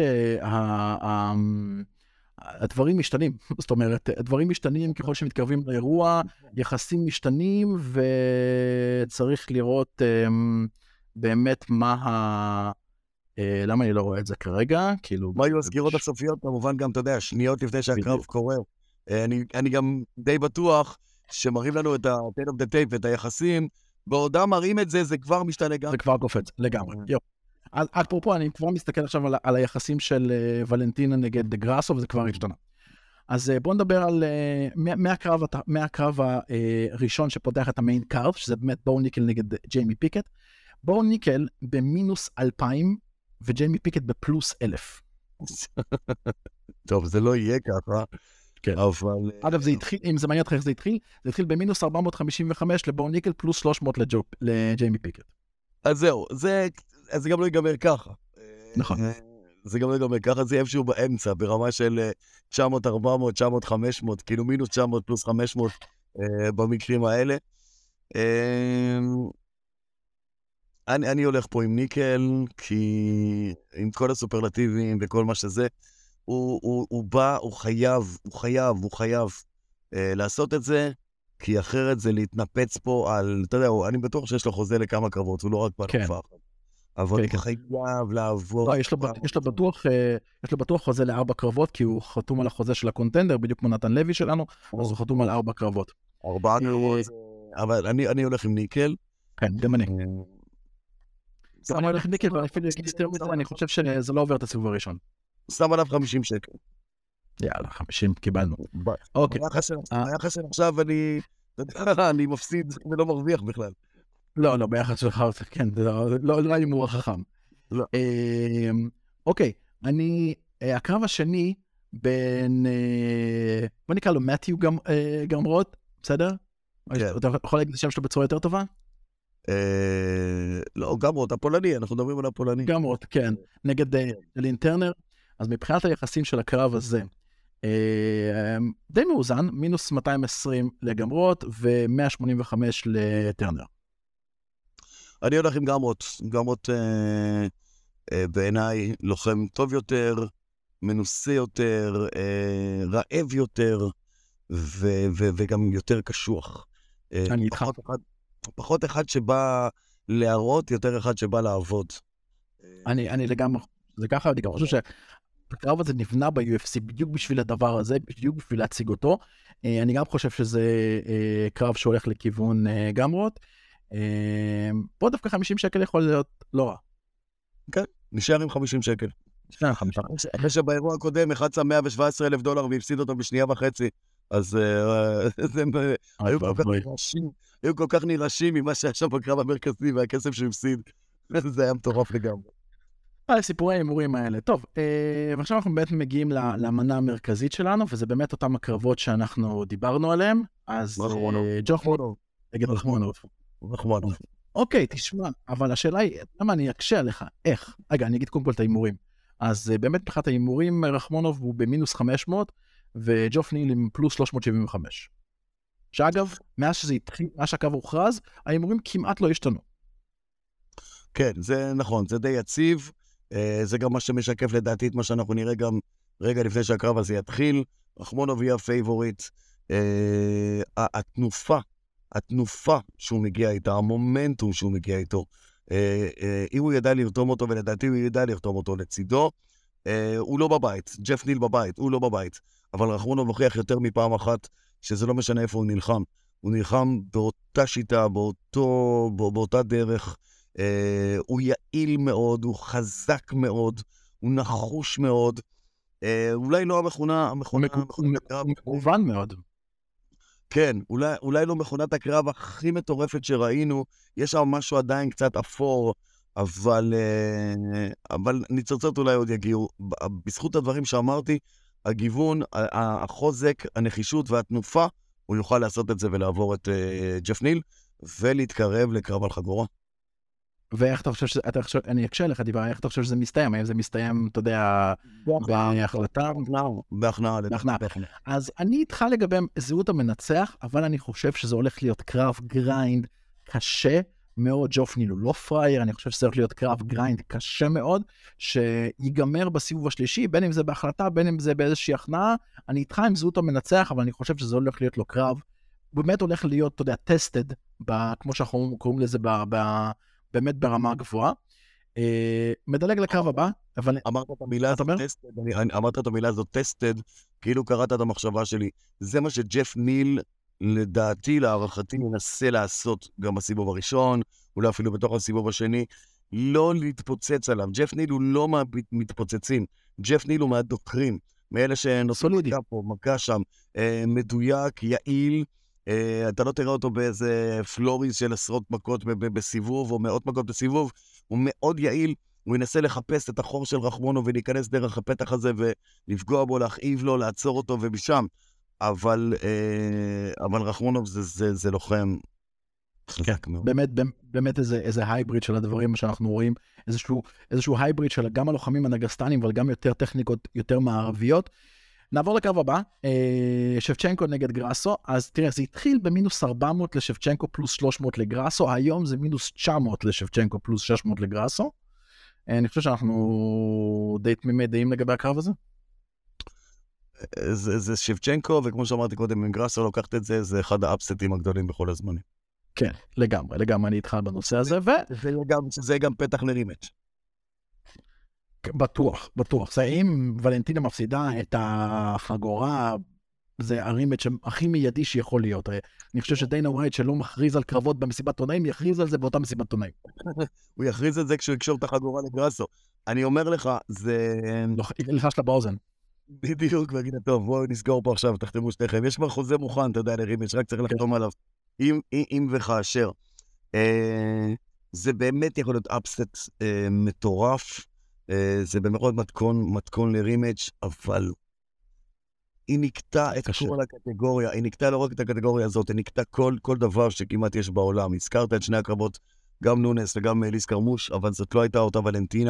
הדברים משתנים. זאת אומרת, הדברים משתנים ככל שמתקרבים לאירוע, יחסים משתנים, וצריך לראות באמת מה למה אני לא רואה את זה כרגע? כאילו...
מה היו הסגירות הסופיות? כמובן גם, אתה יודע, שניות לפני שהקרב קורה. אני גם די בטוח שמראים לנו את ה-tail of the tape ואת היחסים, בעודם מראים את זה, זה כבר משתנה גם.
זה כבר קופץ, לגמרי. אפרופו, אני כבר מסתכל עכשיו על היחסים של ולנטינה נגד דגרסוב, וזה כבר השתנה. אז בואו נדבר על מהקרב הראשון שפותח את המיין קארד, שזה באמת בואו ניקל נגד ג'יימי פיקט. בואו ניקל במינוס 2,000, וג'יימי פיקט בפלוס 1,000.
טוב, זה לא יהיה ככה.
כן. אבל... אגב, זה התחיל, אם זה מעניין אותך איך זה התחיל במינוס 455 לבואו ניקל, פלוס 300 לג'יימי פיקט.
אז זהו, זה גם לא ייגמר ככה.
נכון.
זה גם לא ייגמר ככה, זה איפשהו באמצע, ברמה של 900, 400, 900, 500, כאילו מינוס 900 פלוס 500 במקרים האלה. אני הולך פה עם ניקל, כי עם כל הסופרלטיבים וכל מה שזה, הוא בא, הוא חייב לעשות את זה, כי אחרת זה להתנפץ פה על, אתה יודע, אני בטוח שיש לו חוזה לכמה קרבות, הוא לא רק בהתקפה אחת. אבל הוא חייב לעבור.
יש לו בטוח חוזה ל4 קרבות, כי הוא חתום על החוזה של הקונטנדר, בדיוק כמו נתן לוי שלנו, אז הוא חתום על 4 קרבות.
4 קרבות, אבל אני הולך עם ניקל.
כן, גם אני. אני הולך עם ניקל, ואני חושב שזה לא עובר את הסיבוב הראשון.
שם עליו 50 שקל.
יאללה, 50 קיבלנו. אוקיי.
ביחס של עכשיו אני מפסיד ולא מרוויח בכלל.
לא, ביחס שלך, כן, לא הימור חכם. אוקיי, הקרב השני בין, בוא נקרא לו מתיו גמרות, בסדר? אתה יכול להגיד את השם שלו בצורה יותר טובה?
לא, גמרות, הפולני, אנחנו מדברים על הפולני.
גמרות, כן, נגד לין טרנר. אז מבחינת היחסים של הקרב הזה, די מאוזן, מינוס 220 לגמרות ו-185 לטרנר.
אני הולך עם גמרות. גמרות בעיניי לוחם טוב יותר, מנוסה יותר, רעב יותר, וגם יותר קשוח.
אני איתך.
פחות אחד שבא להראות, יותר אחד שבא לעבוד.
אני לגמרי, זה ככה, אני גם חושב שהקרב הזה נבנה ב-UFC בדיוק בשביל הדבר הזה, בדיוק בשביל להציג אותו. אני גם חושב שזה קרב שהולך לכיוון גמרות. פה דווקא 50 שקל יכול להיות לא רע.
כן, נשאר עם 50 שקל.
נשאר עם 50.
אחרי שבאירוע הקודם אחד שם $117,000 והפסיד אותו בשנייה וחצי, אז היו כל כך נרעשים ממה שהיה שם בקרב המרכזי והכסף שהפסיד. זה היה מטורף לגמרי.
סיפורי ההימורים האלה. טוב, ועכשיו אנחנו באמת מגיעים למנה המרכזית שלנו, וזה באמת אותם הקרבות שאנחנו דיברנו עליהם. אז ג'וחמונוב נגד רחמונוב. אוקיי, תשמע, אבל השאלה היא, למה אני אקשה עליך? איך? רגע, אני אגיד קודם כל את ההימורים. אז באמת מבחינת ההימורים, רחמונוב הוא במינוס 500, וג'וף ניל עם פלוס 375. שאגב, מאז שזה התחיל, מאז שהקו הוכרז, ההימורים כמעט לא השתנו.
כן, זה נכון, זה די יציב, זה גם מה שמשקף לדעתי את מה שאנחנו נראה גם רגע לפני שהקרב הזה יתחיל. רחמונוב יהיה הפייבוריט, התנופה שהוא מגיע איתה, המומנטום שהוא מגיע איתו, אם הוא ידע לרתום אותו, ולדעתי הוא ידע לרתום אותו לצידו, הוא לא בבית, ג'ף ניל בבית, הוא לא בבית, אבל רחמונוב מוכיח יותר מפעם אחת שזה לא משנה איפה הוא נלחם. הוא נלחם באותה שיטה, באותה דרך, הוא יעיל מאוד, הוא חזק מאוד, הוא נחוש מאוד, אולי לא המכונה
מקוון מאוד.
כן, אולי לא מכונת הקרב הכי מטורפת שראינו, יש שם משהו עדיין קצת אפור, אבל ניצוצות אולי עוד יגיעו. בזכות הדברים שאמרתי, הגיוון, החוזק, הנחישות והתנופה, הוא יוכל לעשות את זה ולעבור את ג'ף ניל, ולהתקרב לקרב על חגורה.
ואיך אתה חושב אני אקשה לך דיבר, איך אתה חושב שזה מסתיים? האם זה מסתיים, אתה יודע, בהחלטה?
בהכנעה.
אז אני איתך לגבי זהות המנצח, אבל אני חושב שזה הולך להיות קרב גריינד קשה מאוד. ג'וף ניל הוא לא פרייר, אני חושב שזה הולך להיות קרב גריינד קשה מאוד, שיגמר בסיבוב השלישי, בין אם זה בהחלטה, בין אם זה באיזושהי הכנעה. אני איתך עם זהות המנצח, אבל אני חושב שזה הולך להיות לו קרב. באמת הולך להיות, אתה יודע, טסטד, כמו שאנחנו קוראים לזה באמת ברמה גבוהה. מדלג לקרב הבא, אבל...
אמרת את המילה הזאת, טסטד, כאילו קראת את המחשבה שלי. זה מה שג'ף ניל, לדעתי, להערכתי, מנסה לעשות גם בסיבוב הראשון, אולי אפילו בתוך הסיבוב השני, לא להתפוצץ עליו. ג'ף ניל הוא לא מתפוצצים. ג'ף ניל הוא מהדוקרים, מאלה שנוסעים פה, מכה שם, מדויק, יעיל, אתה לא תראה אותו באיזה פלוריס של עשרות מכות בסיבוב, או מאות מכות בסיבוב, הוא מאוד יעיל, הוא ינסה לחפש את החור של רחמונוב, ולהיכנס דרך הפתח הזה, ולפגוע בו, להכאיב לו, לעצור אותו, ומשם. אבל רחמונוב זה לוחם חזק מאוד.
באמת איזה הייבריד של הדברים שאנחנו רואים, איזשהו הייבריד של גם הלוחמים הנגסטנים, אבל גם יותר טכניקות, יותר מערביות. נעבור לקרב הבא, שבצ'נקו נגד גרסו. אז תראה, זה התחיל במינוס 400 לשבצ'נקו פלוס 300 לגרסו, היום זה מינוס 900 לשבצ'נקו פלוס 600 לגרסו. אני חושב שאנחנו די תמימי דעים לגבי הקרב הזה.
זה שבצ'נקו, וכמו שאמרתי קודם, אם גראסו לוקחת את זה, זה אחד האפסטים הגדולים בכל הזמנים.
כן, לגמרי אני איתך בנושא הזה,
זה גם פתח לרימץ'.
בטוח. זה אם ולנטינה מפסידה את החגורה, זה הרימץ' הכי מיידי שיכול להיות. אני חושב שדיינה ווייט שלא מכריז על קרבות במסיבת עונאים, יכריז על זה באותה מסיבת עונאים.
הוא יכריז את זה כשהוא יקשור את החגורה לגראסו. אני אומר לך, זה...
לחש לה באוזן.
בדיוק, ואגיד, טוב, בואו נסגור פה עכשיו, תחתמו שניכם. יש כבר חוזה מוכן, אתה יודע, לרימץ', רק צריך לחתום עליו. אם וכאשר. זה באמת יכול להיות אפסט מטורף. זה באמת מתכון לרימץ', אבל היא נקטע את כל הקטגוריה, היא נקטע לא רק את הקטגוריה הזאת, היא נקטע כל דבר שכמעט יש בעולם. הזכרת את שני הקרבות, גם נונס וגם ליס קרמוש, אבל זאת לא הייתה אותה ולנטינה.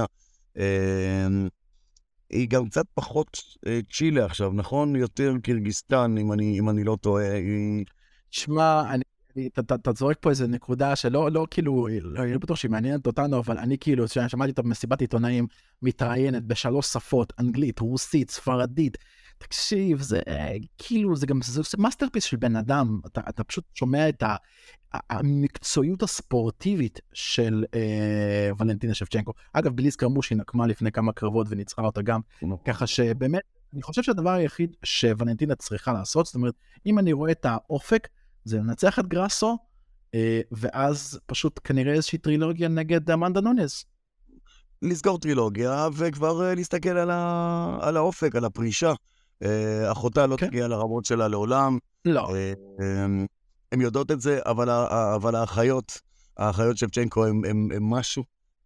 היא גם קצת פחות צ'ילה עכשיו, נכון? יותר קירגיסטן, אם אני לא טועה.
שמע, אתה זורק פה איזה נקודה שלא כאילו, לא בטוח שהיא מעניינת אותנו, אבל אני כאילו, שמעתי אותה במסיבת עיתונאים, מתראיינת בשלוש שפות, אנגלית, רוסית, ספרדית, תקשיב, זה כאילו, זה גם, זה מאסטרפיס של בן אדם, אתה פשוט שומע את המקצועיות הספורטיבית של ולנטינה שבצ'נקו. אגב, בליס קרמוש היא נקמה לפני כמה קרבות וניצחה אותה גם, ככה שבאמת, אני חושב שהדבר היחיד שוולנטינה צריכה לעשות, זאת אומרת, אם אני רואה את האופק, זה לנצח את גראסו, ואז פשוט כנראה איזושהי טרילוגיה נגד אמנדה נונז.
לסגור טרילוגיה, וכבר להסתכל על האופק, על הפרישה. אחותה לא תגיע לרמות שלה לעולם.
לא.
הם יודעות את זה, אבל האחיות שבצ'נקו הם משהו,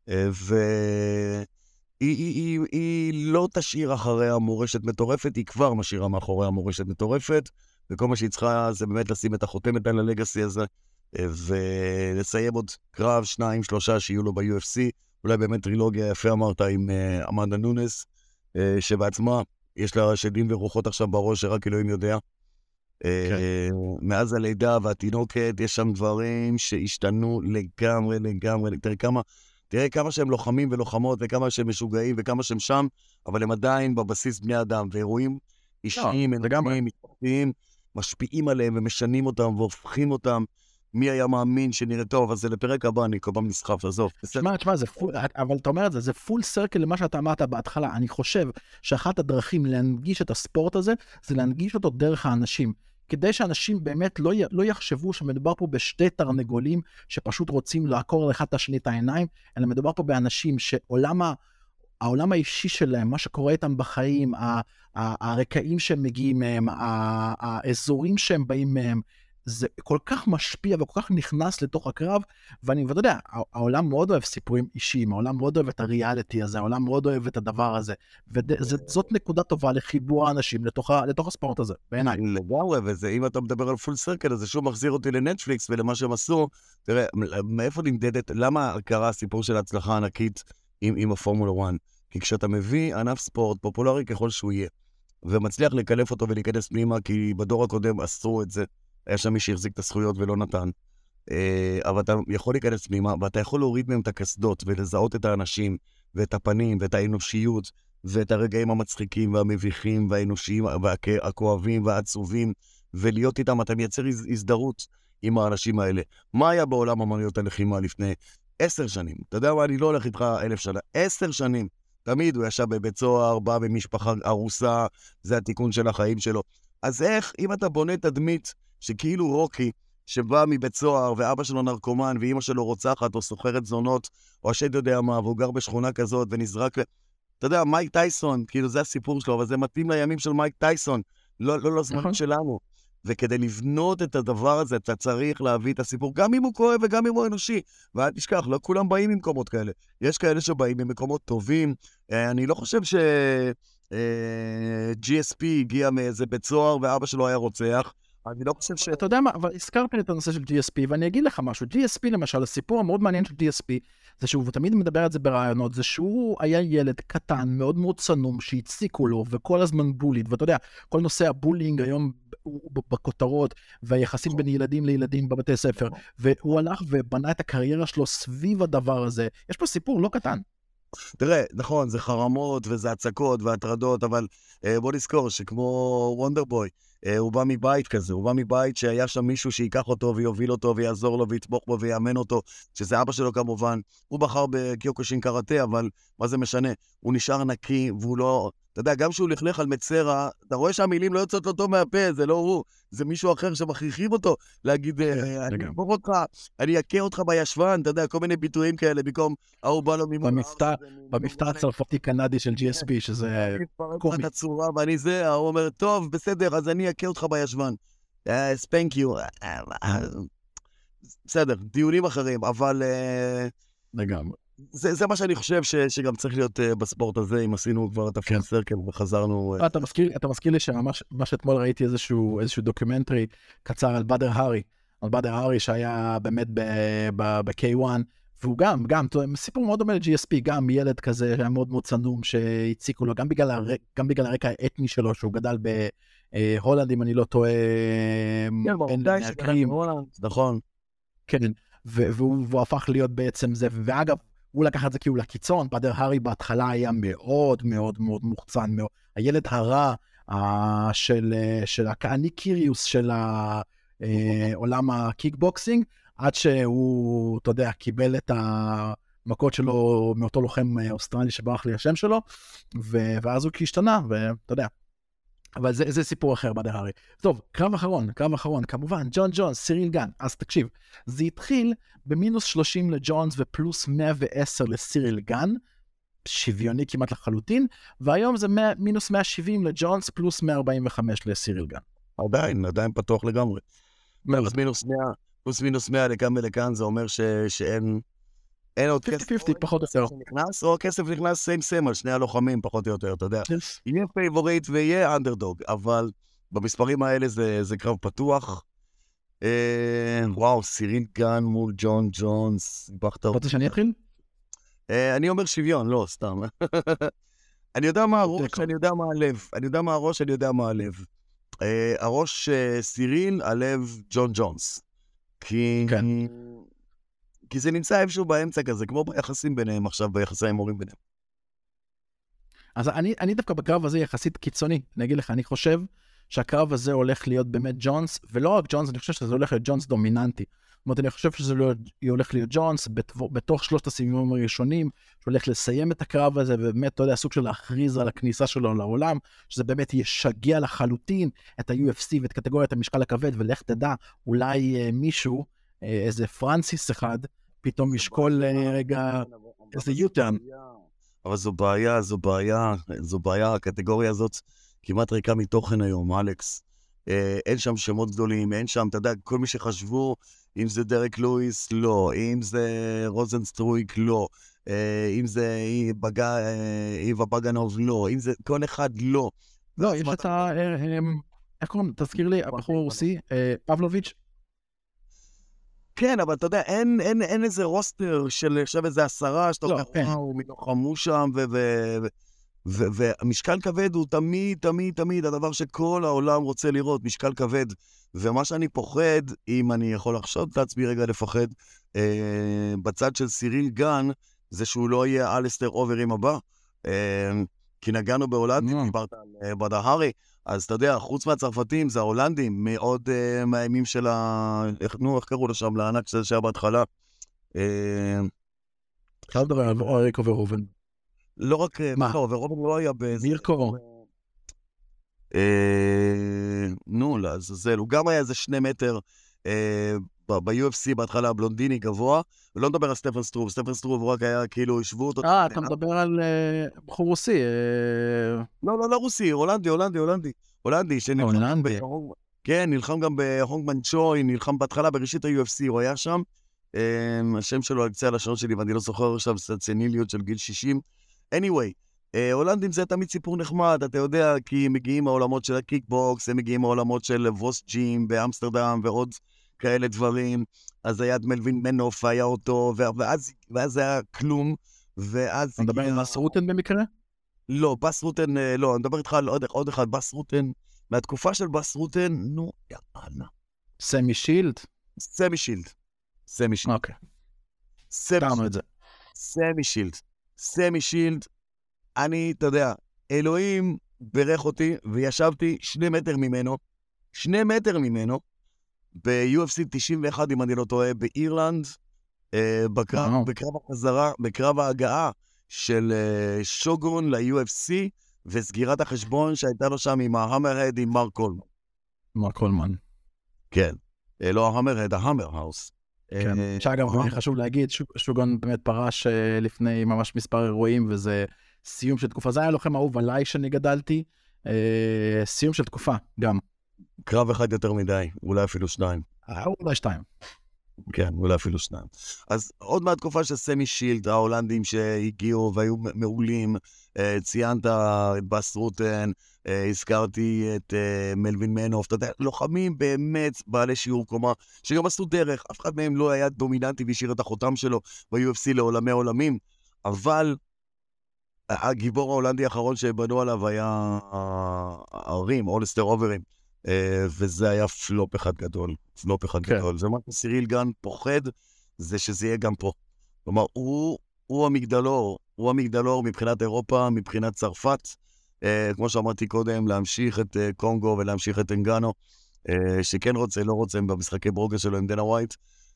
והיא לא תשאיר אחריה מורשת מטורפת, היא כבר משאירה מאחוריה מורשת מטורפת, וכל מה שהיא צריכה זה באמת לשים את החותמת על הלגאסי הזה, ולסיים עוד קרב, 2-3 שיהיו לו ב-UFC, אולי באמת טרילוגיה יפה אמרת עם אמנדה נונס, שבעצמה יש לה שדים ורוחות עכשיו בראש שרק אלוהים יודע. מאז הלידה והתינוקת יש שם דברים שהשתנו לגמרי. תראה כמה שהם לוחמים ולוחמות, וכמה שהם משוגעים, וכמה שהם שם, אבל הם עדיין בבסיס בני אדם, ואירועים אישיים, אנושיים, משפחתיים, משפיעים עליהם ומשנים אותם והופכים אותם. מי היה מאמין שנראה טוב, אז זה לפרק הבא, אני כל פעם נסחף, עזוב.
שמע, אבל אתה אומר את זה, זה פול סרקל למה שאתה אמרת בהתחלה. אני חושב שאחת הדרכים להנגיש את הספורט הזה, זה להנגיש אותו דרך האנשים. כדי שאנשים באמת לא יחשבו שמדובר פה בשתי תרנגולים שפשוט רוצים לעקור לאחד את השני את העיניים, אלא מדובר פה באנשים העולם האישי שלהם, מה שקורה איתם בחיים, הרקעים שהם מגיעים מהם, האזורים שהם באים מהם, זה כל כך משפיע וכל כך נכנס לתוך הקרב, ואתה יודע, העולם מאוד אוהב סיפורים אישיים, העולם מאוד אוהב את הריאליטי הזה, העולם מאוד אוהב את הדבר הזה, וזאת נקודה טובה לחיבור האנשים לתוך הספורט הזה, בעיניי.
לגמרי, וזה, אם אתה מדבר על פול סרקל, אז זה שוב מחזיר אותי לנטפליקס ולמה שהם עשו, תראה, מאיפה נמדדת, למה קרה הסיפור של ההצלחה הענקית עם הפורמולה 1? כי כשאתה מביא ענף ספורט פופולרי ככל שהוא יהיה, ומצליח לקלף אותו ולהיכנס פנימה, כי בדור הקודם אסרו את זה, היה שם מי שהחזיק את הזכויות ולא נתן. אבל אתה יכול להיכנס פנימה, ואתה יכול להוריד מהם את הקסדות, ולזהות את האנשים, ואת הפנים, ואת האנושיות, ואת הרגעים המצחיקים, והמביכים, והאנושיים, והכואבים, והעצובים, ולהיות איתם, אתה מייצר הזדרות עם האנשים האלה. מה היה בעולם אמנויות הלחימה לפני 10 שנים? אתה יודע מה, אני לא הולך איתך 1000 שנה. 10 שנים. תמיד הוא ישב בבית סוהר, בא במשפחה ארוסה, זה התיקון של החיים שלו. אז איך, אם אתה בונה תדמית שכאילו רוקי, שבא מבית סוהר, ואבא שלו נרקומן, ואמא שלו רוצחת, או סוחרת זונות, או השד יודע מה, והוא גר בשכונה כזאת, ונזרק אתה יודע, מייק טייסון, כאילו זה הסיפור שלו, אבל זה מתאים לימים של מייק טייסון, לא לזמן שלנו. וכדי לבנות את הדבר הזה, אתה צריך להביא את הסיפור, גם אם הוא כואב וגם אם הוא אנושי. ואל תשכח, לא כולם באים ממקומות כאלה. יש כאלה שבאים ממקומות טובים. אני לא חושב GSP הגיע מאיזה בית סוהר, ואבא שלו היה רוצח. אני לא חושב
אתה יודע מה, אבל הזכרת את הנושא של GSP, ואני אגיד לך משהו. GSP למשל, הסיפור המאוד מעניין של GSP, זה שהוא תמיד מדבר על זה ברעיונות, זה שהוא היה ילד קטן, מאוד מאוד צנום, שהציקו לו, וכל הזמן בולית, ואתה יודע, כל נושא הבולינג היום בכותרות, והיחסים בין ילדים לילדים בבתי ספר, והוא הלך ובנה את הקריירה שלו סביב הדבר הזה. יש פה סיפור לא קטן.
תראה, נכון, זה חרמות וזה הצקות והטרדות, אבל בוא נזכור שכמו וונדרבוי, הוא בא מבית כזה, הוא בא מבית שהיה שם מישהו שיקח אותו ויוביל אותו ויעזור לו ויתמוך בו ויאמן אותו, שזה אבא שלו כמובן. הוא בחר בקיוקושין קראטה, אבל מה זה משנה? הוא נשאר נקי והוא לא... אתה יודע, גם שהוא לכלך על מצרה, אתה רואה שהמילים לא יוצאות לו טוב מהפה, זה לא הוא, זה מישהו אחר שמכריחים אותו להגיד, אני אבור אותך, אני אכה אותך בישבן, אתה יודע, כל מיני ביטויים כאלה, במקום ההוא בא לו ממול.
במבטא הצרפתי-קנדי של GSP, שזה
קומי. את הצורה, ואני זה, הוא אומר, טוב, בסדר, אז אני אכה אותך בישבן. ספנק יו. בסדר, דיונים אחרים, אבל...
לגמרי.
זה מה שאני חושב שגם צריך להיות בספורט הזה, אם עשינו כבר את הפרנד סרקל וחזרנו...
אתה מזכיר לי שממש שאתמול ראיתי איזשהו דוקומנטרי קצר על באדר הארי, שהיה באמת ב-K1, והוא גם, סיפור מאוד דומה ל-GSP, גם ילד כזה שהיה מאוד מאוד צנום שהציקו לו, גם בגלל הרקע האתני שלו, שהוא גדל בהולנד, אם אני לא טועה,
בין הקרים. נכון.
כן, והוא הפך להיות בעצם זה, ואגב, הוא לקח את זה כאילו לקיצון, באדר הארי בהתחלה היה מאוד מאוד מאוד מוחצן, הילד הרע של הקאני קיריוס של עולם הקיקבוקסינג, עד שהוא, אתה יודע, קיבל את המכות שלו מאותו לוחם אוסטרלי שברח לי השם שלו, ואז הוא השתנה, ואתה יודע, אבל זה סיפור אחר באדר הארי. טוב, קרב אחרון, כמובן, ג'ון ג'ונס, סיריל גן. אז תקשיב, זה התחיל במינוס 30 לג'ונס ופלוס 110 לסיריל גן, שוויוני כמעט לחלוטין, והיום זה מינוס 170 לג'ונס פלוס 145 לסיריל גן.
עדיין פתוח לגמרי. פלוס מינוס 100 לכאן ולכאן, זה אומר שאין... אין עוד
50-50, פחות או יותר.
או כסף נכנס סיים על שני הלוחמים, פחות או יותר, אתה יודע. יהיה פייבוריט ויהיה אנדרדוג, אבל במספרים האלה זה קרב פתוח. וואו, סיריל גן מול ג'ון ג'ונס.
רוצה שאני אתחיל?
אני אומר שוויון, לא, סתם. אני יודע מה הראש, אני יודע מה הלב. אני יודע מה הראש, אני יודע מה הלב. הראש סיריל, הלב ג'ון ג'ונס.
כן.
כי זה נמצא איפשהו באמצע כזה, כמו ביחסים ביניהם עכשיו, ביחסי ההימורים ביניהם.
אז אני דווקא בקרב הזה יחסית קיצוני. אני אגיד לך, אני חושב שהקרב הזה הולך להיות באמת ג'ונס, ולא רק ג'ונס, אני חושב שזה הולך להיות ג'ונס דומיננטי. זאת אומרת, אני חושב שזה הולך להיות ג'ונס בתוך שלושת הסיבובים הראשונים, שהולך לסיים את הקרב הזה, ובאמת, אתה יודע, סוג של להכריז על הכניסה שלו לעולם, שזה באמת ישגע לחלוטין את ה-UFC ואת קטגוריית המשקל הכבד, ולך תדע, אולי מישהו, איזה פרנסיס אחד, פתאום ישקול רגע איזה יוטרן.
אבל זו בעיה, הקטגוריה הזאת כמעט ריקה מתוכן היום, אלכס. אין שם שמות גדולים, אין שם, אתה יודע, כל מי שחשבו, אם זה דרק לואיס, לא, אם זה רוזנסטרויק, לא, אם זה איבה בגנוב, לא, אם זה כל אחד, לא.
לא, יש את ה... איך קוראים? תזכיר לי, הבחור הרוסי, פבלוביץ'.
כן, אבל אתה יודע, אין איזה רוסטר של עכשיו איזה 10, שאתה אומר, וואו, מלוחמו שם, ומשקל כבד הוא תמיד הדבר שכל העולם רוצה לראות, משקל כבד. ומה שאני פוחד, אם אני יכול לחשוד את עצמי רגע לפחד, בצד של סיריל גן, זה שהוא לא יהיה אלסטר אוברים הבא. כי נגענו בהולנדים, דיברת על באדר הארי, אז אתה יודע, חוץ מהצרפתים, זה ההולנדים, מאוד מהימים של איך קראו לו שם, לענק שהיה בהתחלה.
אפשר לדבר על אריקו ורובן.
לא רק, מה? לא, ורובן לא היה באיזה...
מירקו.
נו, לעזאזל, הוא גם היה איזה 2 מטר ב-UFC בהתחלה, בלונדיני גבוה, ולא מדבר על סטפן סטרוב הוא רק היה כאילו, השוו אותו...
אתה מדבר על בחור רוסי.
לא רוסי, הולנדי, שנלחם כן, נלחם גם בהונגמן צ'וי, נלחם בהתחלה בראשית ה-UFC, הוא היה שם, השם שלו על קצה הלשון שלי, ואני לא זוכר עכשיו, סצניליות של גיל 60. anyway, הולנדים זה תמיד סיפור נחמד, אתה יודע, כי הם מגיעים מהעולמות של הקיקבוקס, הם מגיעים מהעולמות של ווס ג'ים באמסטרדם ועוד כאלה דברים, אז היה את מלווין מנוף, היה אותו, ואז היה כלום, ואז...
אתה מדבר על בס רוטן במקרה?
לא, בס רוטן, לא, אני מדבר איתך על עוד אחד, בס רוטן, מהתקופה של בס רוטן, נו, יאללה.
סמי שילד?
סמי שילד.
אוקיי. סתרנו את זה.
סמי שילד. סמי שילד, אני, אתה יודע, אלוהים ברך אותי, וישבתי 2 מטר ממנו, ב-UFC 91, אם אני לא טועה, באירלנד, בקרב החזרה, בקרב ההגעה של שוגון ל-UFC, וסגירת החשבון שהייתה לו שם עם ההמרהד, עם מרק קולמן.
מרק קולמן.
כן. לא ההמרהד, ההמרהאוס.
כן. שאגב, חשוב להגיד, שוגון באמת פרש לפני ממש מספר אירועים, וזה סיום של תקופה. זה היה לוחם אהוב עליי שאני גדלתי. סיום של תקופה, גם.
קרב אחד יותר מדי, אולי אפילו 2.
אולי 2.
כן, אולי אפילו 2. אז עוד מהתקופה של סמי שילד, ההולנדים שהגיעו והיו מעולים, ציינת את בס רוטן, הזכרתי את מלווין מנוף, אתה יודע, לוחמים באמת בעלי שיעור קומה, שגם עשו דרך, אף אחד מהם לא היה דומיננטי והשאיר את החותם שלו ב-UFC לעולמי עולמים, אבל הגיבור ההולנדי האחרון שבנו עליו היה הרים, אולסטר אוברים, וזה היה פלופ אחד גדול. זה מה שסיריל גן פוחד, זה שזה יהיה גם פה. כלומר, הוא המגדלור מבחינת אירופה, מבחינת צרפת, כמו שאמרתי קודם, להמשיך את קונגו ולהמשיך את אנגנו, שכן רוצה, לא רוצה, במשחקי ברוגע שלו עם דנה ווייט,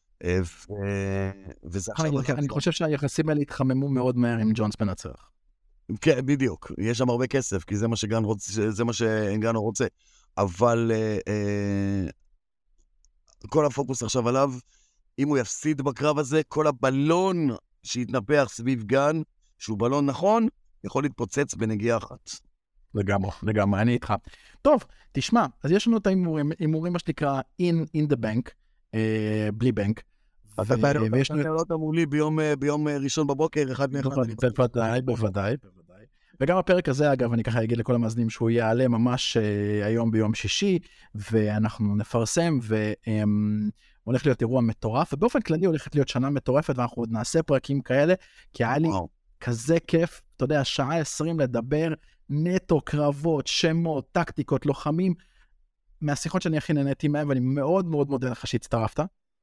וזה עכשיו...
אני חושב שהיחסים האלה התחממו מאוד מהר עם ג'ונס מנצח.
כן, בדיוק. יש שם הרבה כסף, כי זה מה שאנגנו רוצה. אבל כל הפוקוס עכשיו עליו, אם הוא יפסיד בקרב הזה, כל הבלון שהתנפח סביב גן, שהוא בלון נכון, יכול להתפוצץ בנגיעה אחת.
לגמרי, אני איתך. טוב, תשמע, אז יש לנו את ההימורים, מה שנקרא in the bank, בלי בנק.
אתה לא תאמרו לי ביום ראשון בבוקר, אחד מאחד.
בוודאי. וגם הפרק הזה, אגב, אני ככה אגיד לכל המאזינים שהוא יעלה ממש היום ביום שישי, ואנחנו נפרסם, והולך להיות אירוע מטורף, ובאופן כללי הולכת להיות שנה מטורפת, ואנחנו עוד נעשה פרקים כאלה, כי היה לי כזה כיף, אתה יודע, שעה 20 לדבר, נטו, קרבות, שמות, טקטיקות, לוחמים, מהשיחות שאני הכי נהניתי מהם, ואני מאוד מאוד מודה לך שהצטרפת.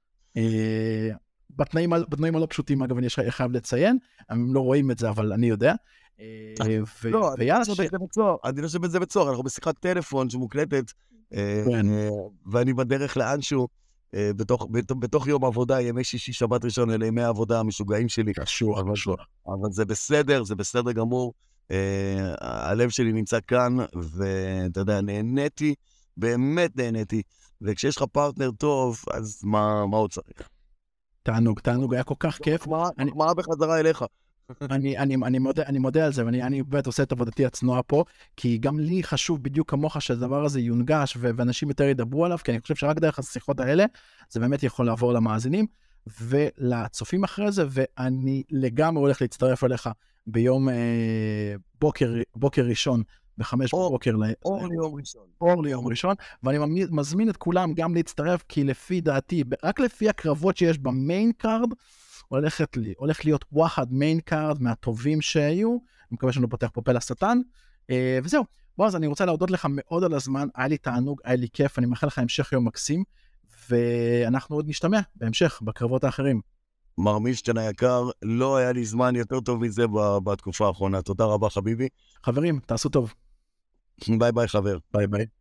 בתנאים הלא פשוטים, אגב, אני חייב לציין, הם לא רואים את זה, אבל אני יודע.
לא, אני חושב את זה בצור, אנחנו בשיחת טלפון שמוקלטת, ואני בדרך לאנשהו, בתוך יום עבודה, ימי שישי, שבת ראשון, אלה ימי העבודה המשוגעים שלי.
קשור.
אבל זה בסדר גמור. הלב שלי נמצא כאן, ואתה יודע, באמת נהניתי, וכשיש לך פרטנר טוב, אז מה עוד צריך?
תענוג, היה כל כך כיף.
מה בחזרה אליך?
אני מודה על זה, ואני באמת עושה את עבודתי הצנועה פה, כי גם לי חשוב בדיוק כמוך שהדבר הזה יונגש, ואנשים יותר ידברו עליו, כי אני חושב שרק דרך השיחות האלה, זה באמת יכול לעבור למאזינים, ולצופים אחרי זה, ואני לגמרי הולך להצטרף אליך ביום בוקר ראשון, ב5 בבוקר, אור ליום ראשון, ואני מזמין את כולם גם להצטרף, כי לפי דעתי, רק לפי הקרבות שיש במיין קארד, הולך להיות וואחד מיין קארד מהטובים שהיו, אני מקווה שאני לא פותח פה פה לשטן, וזהו. אז אני רוצה להודות לך מאוד על הזמן, היה לי תענוג, היה לי כיף, אני מאחל לך המשך יום מקסים, ואנחנו עוד נשתמע בהמשך, בקרבות האחרים.
מר מילשטיין היקר, לא היה לי זמן יותר טוב מזה בתקופה האחרונה. תודה רבה חביבי.
חברים, תעשו טוב.
ביי ביי חבר.
ביי ביי.